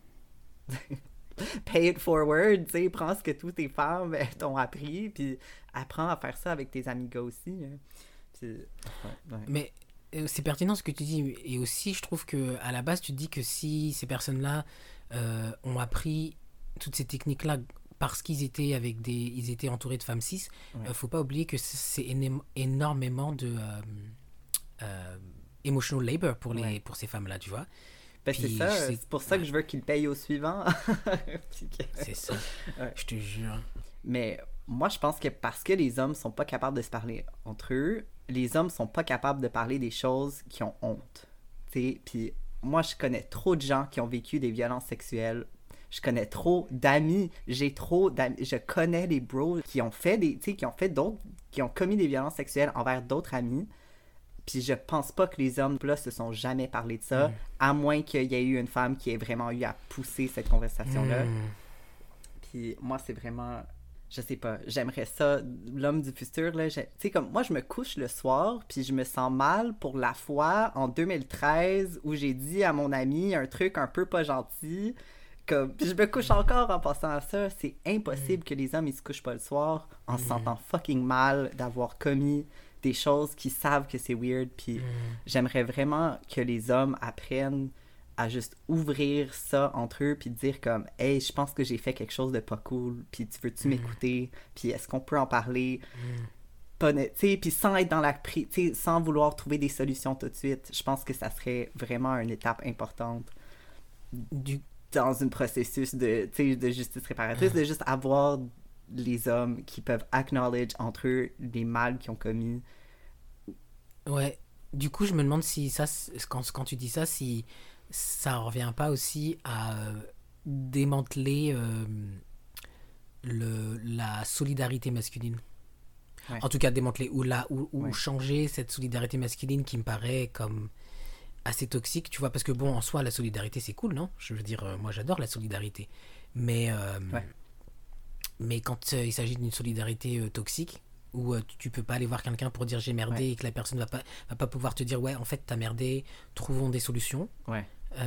S1: pay it forward, tu sais, prends ce que toutes tes femmes t'ont appris, puis apprends à faire ça avec tes amis gars aussi. Hein. Puis, ouais, ouais.
S2: Mais c'est pertinent ce que tu dis. Et aussi, je trouve que à la base, tu te dis que si ces personnes-là ont appris toutes ces techniques-là parce qu'ils étaient ils étaient entourés de femmes cis,
S1: Ouais.
S2: faut pas oublier que c'est énormément de emotional labor
S1: Ouais.
S2: pour ces femmes-là, tu vois.
S1: Ben c'est
S2: Puis
S1: ça,
S2: c'est
S1: c'est pour ça que
S2: ouais,
S1: je veux qu'ils payent au suivant. Puis
S2: c'est ça.
S1: ouais.
S2: Je te jure.
S1: Mais moi, je pense que parce que les hommes sont pas capables de se parler entre eux, les hommes sont pas capables de parler des choses qui ont honte. Tu sais, puis moi, je connais trop de gens qui ont vécu des violences sexuelles. Je connais trop d'amis, j'ai trop d'amis, je connais les bros qui ont fait des, tu sais, qui ont fait d'autres, qui ont commis des violences sexuelles envers d'autres amis. Puis je pense pas que les hommes là se sont jamais parlé de ça,
S2: Mm.
S1: à moins qu'il y ait eu une femme qui ait vraiment eu à pousser cette conversation-là.
S2: Mm.
S1: Puis moi, c'est vraiment. Je sais pas, j'aimerais ça, l'homme du futur, là. Tu sais, comme moi, je me couche le soir, puis je me sens mal pour la fois en 2013 où j'ai dit à mon ami un truc un peu pas gentil. Comme, puis je me couche encore en pensant à ça. C'est
S2: Mm.
S1: impossible que les hommes ils se couchent pas le soir en se
S2: Mm.
S1: sentant fucking mal d'avoir commis des choses qui savent que c'est weird, puis j'aimerais vraiment que les hommes apprennent à juste ouvrir ça entre eux, puis dire comme « Hey, je pense que j'ai fait quelque chose de pas cool, puis tu veux-tu m'écouter? Puis est-ce qu'on peut en parler? » Puis sans être dans sans vouloir trouver des solutions tout de suite. Je pense que ça serait vraiment une étape importante dans un processus de justice réparatrice, de juste avoir les hommes qui peuvent acknowledge entre eux les mal qu'ils ont commis.
S2: Ouais. Du coup, je me demande si ça, quand tu dis ça, si ça revient pas aussi à démanteler la solidarité masculine. Ouais. En tout cas, démanteler ou changer cette solidarité masculine qui me paraît comme assez toxique, tu vois, parce que bon, en soi, la solidarité, c'est cool, non? Je veux dire, moi, j'adore la solidarité. Mais quand il s'agit d'une solidarité toxique, où tu peux pas aller voir quelqu'un pour dire j'ai merdé et que la personne va pas pouvoir te dire ouais, en fait, t'as merdé, trouvons des solutions. Ouais,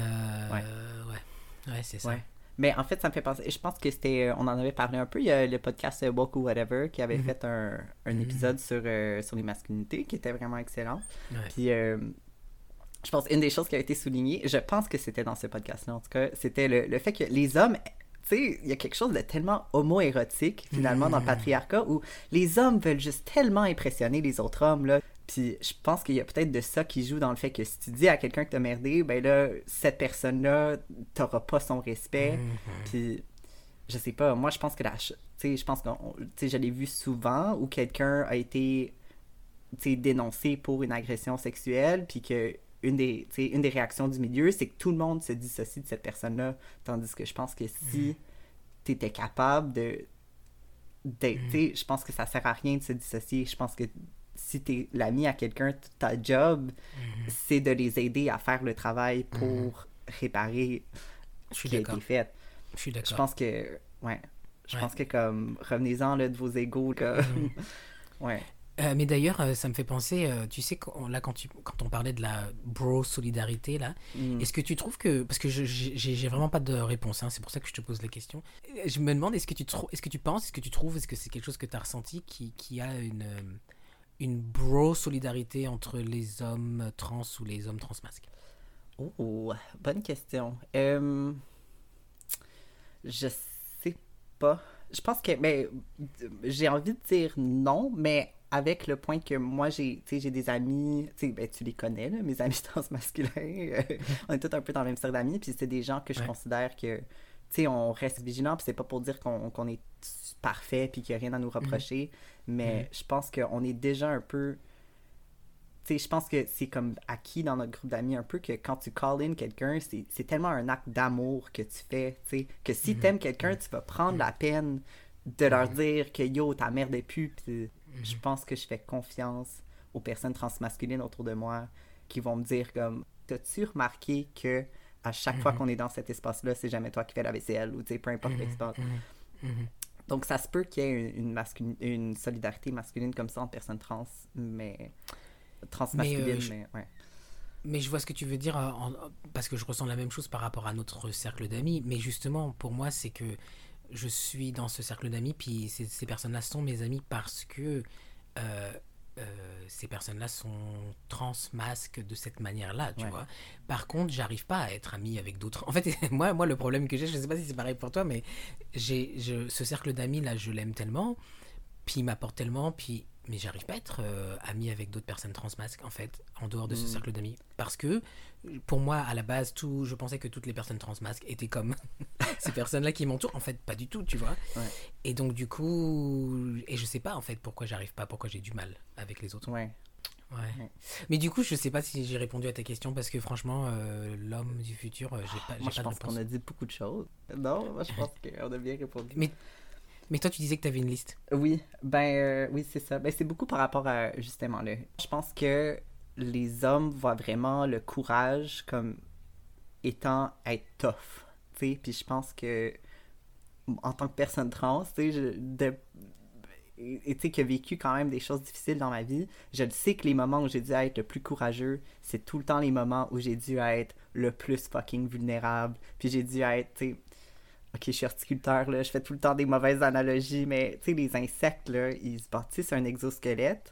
S2: c'est ça. Ouais.
S1: Mais en fait, ça me fait penser, je pense que c'était, on en avait parlé un peu, il y a le podcast Woke ou Whatever qui avait fait un épisode sur les masculinités qui était vraiment excellent. Puis je pense une des choses qui a été soulignée, je pense que c'était dans ce podcast-là en tout cas, c'était le fait que les hommes, tu sais, il y a quelque chose de tellement homo-érotique finalement dans le patriarcat où les hommes veulent juste tellement impressionner les autres hommes, là. Puis je pense qu'il y a peut-être de ça qui joue dans le fait que si tu dis à quelqu'un que t'as merdé, ben là, cette personne-là, t'auras pas son respect. Puis je sais pas, moi je pense que tu sais, je pense que je l'ai vu souvent où quelqu'un a été, tu sais, dénoncé pour une agression sexuelle, puis que une des réactions du milieu, c'est que tout le monde se dissocie de cette personne-là, tandis que je pense que si t'étais capable tu sais, je pense que ça sert à rien de se dissocier. Je pense que si t'es l'ami à quelqu'un, ta job, c'est de les aider à faire le travail pour réparer ce qui a été fait.
S2: Je suis d'accord.
S1: Je pense que, je pense que comme, revenez-en là, de vos égos, comme,
S2: mais d'ailleurs, ça me fait penser, tu sais, là, quand on parlait de la bro-solidarité, là, est-ce que tu trouves que... Parce que j'ai vraiment pas de réponse, hein, c'est pour ça que je te pose la question. Je me demande, est-ce que tu penses, est-ce que tu trouves, est-ce que c'est quelque chose que tu as ressenti qui a une bro-solidarité entre les hommes trans ou les hommes transmasques?
S1: Oh, bonne question. Je sais pas. Je pense que... Mais, j'ai envie de dire non, mais... avec le point que moi, j'ai des amis, ben, tu les connais, là, mes amis transmasculins, on est tous un peu dans le même cercle d'amis, puis c'est des gens que je considère que, on reste vigilant, puis c'est pas pour dire qu'on est parfait, puis qu'il n'y a rien à nous reprocher, mais je pense qu'on est déjà un peu, je pense que c'est comme acquis dans notre groupe d'amis un peu que quand tu call in quelqu'un, c'est tellement un acte d'amour que tu fais, que si t'aimes quelqu'un, tu vas prendre la peine de leur dire que yo, ta merde est plus, puis je pense que je fais confiance aux personnes transmasculines autour de moi qui vont me dire comme, t'as-tu remarqué que à chaque fois qu'on est dans cet espace-là, c'est jamais toi qui fais la vaisselle ou peu importe l'espace. Donc ça se peut qu'il y ait une solidarité masculine comme ça entre personnes trans, mais transmasculines,
S2: Mais je vois ce que tu veux dire, parce que je ressens la même chose par rapport à notre cercle d'amis, mais justement, pour moi, c'est que je suis dans ce cercle d'amis, puis ces personnes-là sont mes amis parce que ces personnes-là sont transmasques de cette manière-là, tu vois. Par contre, j'arrive pas à être ami avec d'autres. En fait, moi, le problème que j'ai, je sais pas si c'est pareil pour toi, mais ce cercle d'amis-là, je l'aime tellement, puis il m'apporte tellement, mais j'arrive pas à être ami avec d'autres personnes transmasques, en fait, en dehors de ce cercle d'amis. Parce que, pour moi, à la base, je pensais que toutes les personnes transmasques étaient comme ces personnes-là qui m'entourent. En fait, pas du tout, tu vois. Et donc, du coup... Et je sais pas, en fait, pourquoi j'arrive pas, pourquoi j'ai du mal avec les autres. Mais du coup, je sais pas si j'ai répondu à ta question, parce que franchement, l'homme du futur, j'ai pas de réponse.
S1: Moi, je pense qu'on a dit beaucoup de choses. Non, moi, je pense qu'on a bien répondu.
S2: Mais toi, tu disais que tu avais une liste.
S1: Oui, oui, c'est ça. Ben, c'est beaucoup par rapport à, justement, là. Je pense que les hommes voient vraiment le courage comme étant être tough, tu sais. Puis je pense que, en tant que personne trans, tu sais, et tu sais, qui a vécu quand même des choses difficiles dans ma vie, je le sais que les moments où j'ai dû être le plus courageux, c'est tout le temps les moments où j'ai dû être le plus fucking vulnérable. Puis j'ai dû être, tu sais... Ok, je suis horticulteur, là, je fais tout le temps des mauvaises analogies, mais tu sais, les insectes, là, ils se bâtissent un exosquelette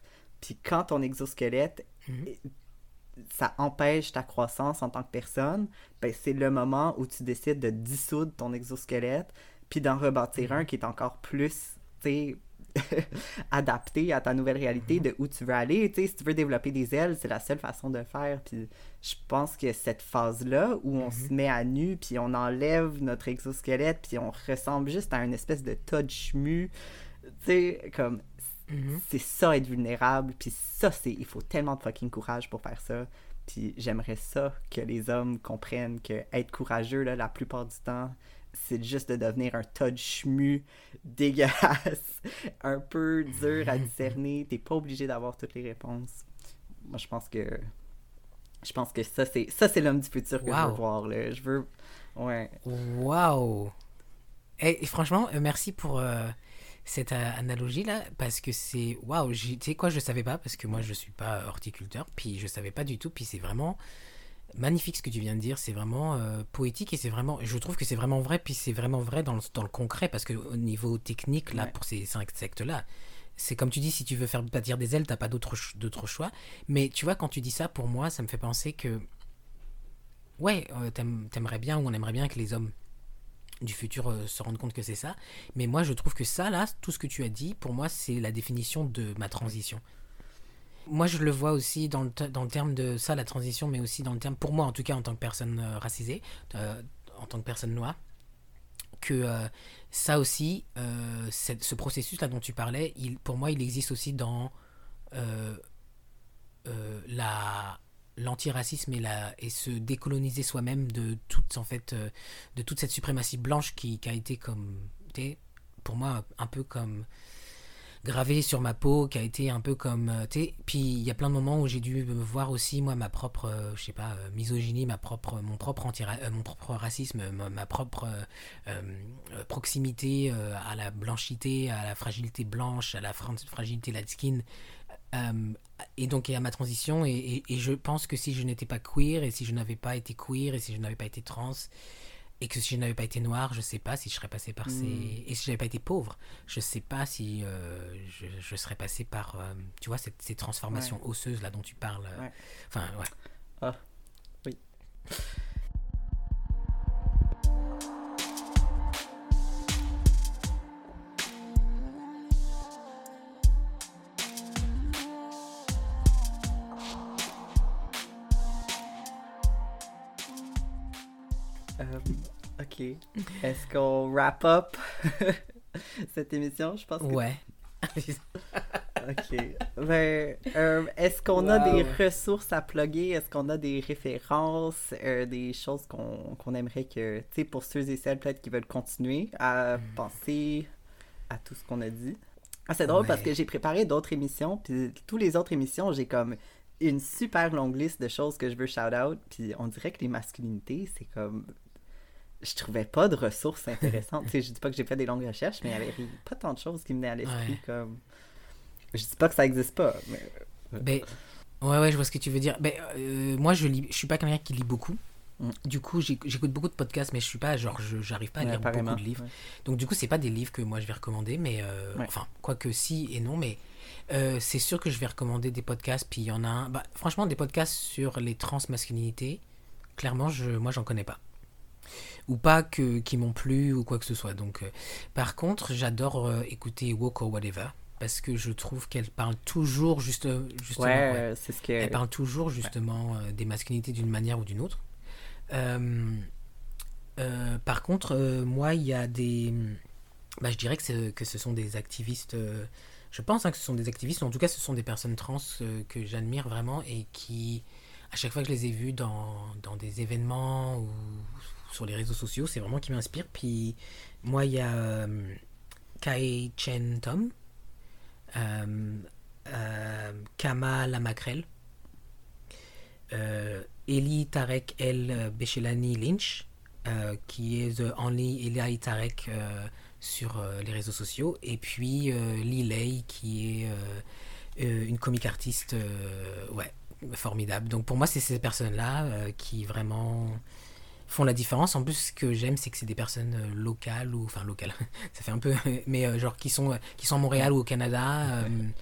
S1: Puis quand ton exosquelette, ça empêche ta croissance en tant que personne, ben c'est le moment où tu décides de dissoudre ton exosquelette, puis d'en rebâtir un qui est encore plus, tu sais, adapté à ta nouvelle réalité, de où tu veux aller. Tu sais, si tu veux développer des ailes, c'est la seule façon de le faire. Puis je pense que cette phase-là, où on se met à nu, puis on enlève notre exosquelette, puis on ressemble juste à une espèce de tas de chemu, tu sais, comme... C'est ça, être vulnérable, puis ça, il faut tellement de fucking courage pour faire ça. Puis j'aimerais ça que les hommes comprennent que être courageux, là, la plupart du temps, c'est juste de devenir un tas de chemu dégueulasse, un peu dur à discerner. T'es pas obligé d'avoir toutes les réponses. Moi, je pense que ça c'est l'homme du futur que je veux voir, là. Je veux... Ouais.
S2: Waouh! Et franchement, merci pour cette analogie-là, parce que c'est... Waouh! Tu sais quoi, je savais pas, parce que moi, je suis pas horticulteur, puis je savais pas du tout, puis c'est vraiment... magnifique ce que tu viens de dire, c'est vraiment poétique et c'est vraiment, je trouve que c'est vraiment vrai, puis c'est vraiment vrai dans le concret, parce que au niveau technique, là, pour ces insectes-là, c'est comme tu dis, si tu veux faire bâtir des ailes, t'as pas d'autre choix. Mais tu vois, quand tu dis ça, pour moi, ça me fait penser que, ouais, t'aimerais bien, ou on aimerait bien que les hommes du futur se rendent compte que c'est ça. Mais moi, je trouve que ça, là, tout ce que tu as dit, pour moi, c'est la définition de ma transition. Moi, je le vois aussi dans le terme de ça, la transition, mais aussi dans le terme, pour moi en tout cas, en tant que personne racisée, en tant que personne noire, que ça aussi, ce processus-là dont tu parlais, pour moi, il existe aussi dans euh, l'antiracisme et se décoloniser soi-même de de toute cette suprématie blanche qui a été comme, pour moi, un peu comme gravé sur ma peau, qui a été un peu comme... puis il y a plein de moments où j'ai dû me voir aussi, moi, ma propre, je sais pas, misogynie, mon propre racisme, ma propre proximité à la blanchité, à la fragilité blanche, à la fragilité light skin, et donc à ma transition, et je pense que si je n'étais pas queer, et si je n'avais pas été queer, et si je n'avais pas été trans, et que si je n'avais pas été noir, je sais pas si je serais passé par ces... Et si j'avais pas été pauvre, je sais pas si je serais passé par, tu vois, ces transformations osseuses là dont tu parles. Enfin, ouais.
S1: Ah, oui. Ok. Est-ce qu'on wrap up cette émission? Je pense que...
S2: Ouais.
S1: Ok. Ben, est-ce qu'on a des ressources à plugger? Est-ce qu'on a des références, des choses qu'on aimerait que, tu sais, pour ceux et celles peut-être qui veulent continuer à penser à tout ce qu'on a dit? Ah, c'est drôle parce que j'ai préparé d'autres émissions, puis toutes les autres émissions, j'ai comme une super longue liste de choses que je veux shout-out, puis on dirait que les masculinités, c'est comme... Je trouvais pas de ressources intéressantes. Tu sais, je dis pas que j'ai fait des longues recherches, mais il y avait pas tant de choses qui me venaient à l'esprit comme... Je dis pas que ça existe pas, mais...
S2: Ben, ouais, je vois ce que tu veux dire. Ben, moi, je suis pas quelqu'un qui lit beaucoup. Du coup, j'écoute beaucoup de podcasts, mais je suis pas, genre, j'arrive pas à lire beaucoup de livres. Donc, du coup, c'est pas des livres que moi je vais recommander, mais enfin, quoique si et non, mais c'est sûr que je vais recommander des podcasts. Puis il y en a un, bah, franchement, des podcasts sur les transmasculinités, clairement, moi, j'en connais pas. Ou pas qui m'ont plu ou quoi que ce soit. Donc, par contre, j'adore écouter Woke or Whatever, parce que je trouve qu'elle parle toujours justement.
S1: C'est ce que...
S2: Elle parle toujours justement des masculinités d'une manière ou d'une autre. Par contre, moi, il y a des... Bah, je dirais que ce sont des activistes... je pense que ce sont des activistes, ou en tout cas, ce sont des personnes trans que j'admire vraiment, et qui, à chaque fois que je les ai vus dans des événements ou sur les réseaux sociaux, c'est vraiment qui m'inspire. Puis moi, il y a Kai Chen Tom, Kama Lamakrel, Eli Tarek El Beshelani Lynch, qui est The Only Eli Tarek sur les réseaux sociaux, et puis Lilei, qui est une comic artiste formidable. Donc pour moi, c'est ces personnes-là qui vraiment font la différence. En plus, ce que j'aime, c'est que c'est des personnes locales, ça fait un peu, mais genre qui sont à Montréal ou au Canada.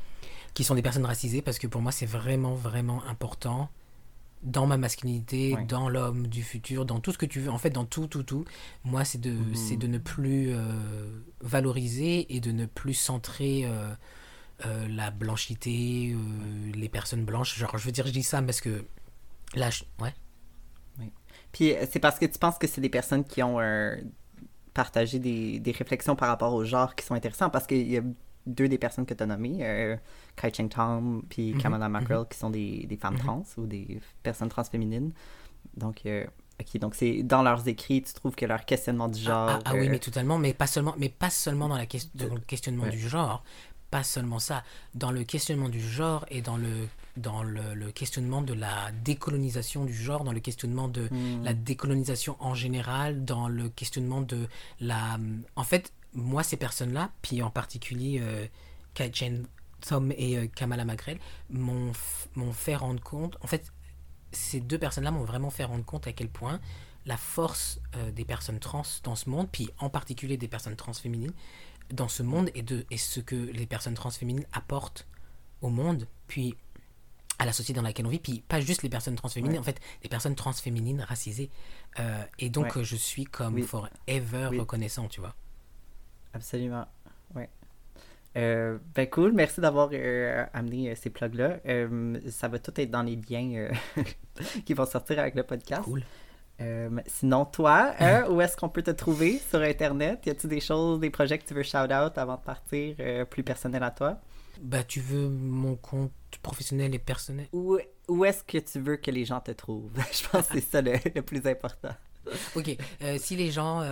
S2: qui sont des personnes racisées, parce que pour moi c'est vraiment vraiment important dans ma masculinité,
S1: Ouais.
S2: dans l'homme du futur, dans tout ce que tu veux, en fait dans tout. Moi c'est de ne plus valoriser et de ne plus centrer la blanchité, les personnes blanches. Genre je veux dire je dis ça parce que là ouais.
S1: Oui. Puis c'est parce que tu penses que c'est des personnes qui ont partagé des réflexions par rapport au genre qui sont intéressantes, parce qu'il y a deux des personnes que tu as nommées, Kai Cheng Tom puis Kamala Mackerel, qui sont des femmes trans ou des personnes transféminines. Donc, ok, donc c'est dans leurs écrits, tu trouves que leur questionnement du genre...
S2: Oui, mais totalement, mais pas seulement dans dans le questionnement
S1: Ouais.
S2: du genre, pas seulement ça, dans le questionnement du genre et dans le questionnement de la décolonisation du genre, dans le questionnement de la décolonisation en général, dans le questionnement de la... En fait, moi, ces personnes-là, puis en particulier Kai Chen Tom et Kamala Mackerel, m'ont fait rendre compte... En fait, ces deux personnes-là m'ont vraiment fait rendre compte à quel point la force des personnes trans dans ce monde, puis en particulier des personnes trans féminines, dans ce monde et ce que les personnes transféminines apportent au monde, puis à la société dans laquelle on vit, puis pas juste les personnes transféminines, en fait, les personnes transféminines racisées. Et donc, je suis comme forever reconnaissant, tu vois.
S1: Absolument, ouais. Ben cool, merci d'avoir amené ces plugs-là. Ça va tout être dans les liens qui vont sortir avec le podcast.
S2: Cool.
S1: Sinon, toi, où est-ce qu'on peut te trouver sur Internet? Y a-t-il des choses, des projets que tu veux shout-out avant de partir, plus personnel à toi?
S2: Bah, tu veux mon compte professionnel et personnel?
S1: Où est-ce que tu veux que les gens te trouvent? Je pense que c'est ça le plus important.
S2: Ok, si les gens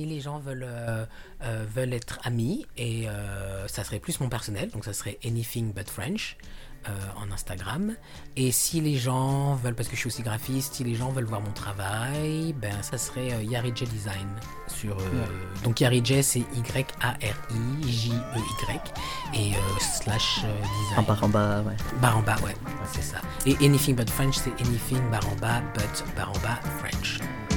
S2: veulent être amis, et ça serait plus mon personnel, donc ça serait Anything But French en Instagram. Et si les gens veulent, parce que je suis aussi graphiste, si les gens veulent voir mon travail, ben ça serait Yari J Design sur donc Yari J, c'est YARIJEY et slash design.
S1: En barre en bas, ouais.
S2: Barre en bas, ouais, c'est ça. Et Anything But French, c'est Anything barre en bas but barre en bas French.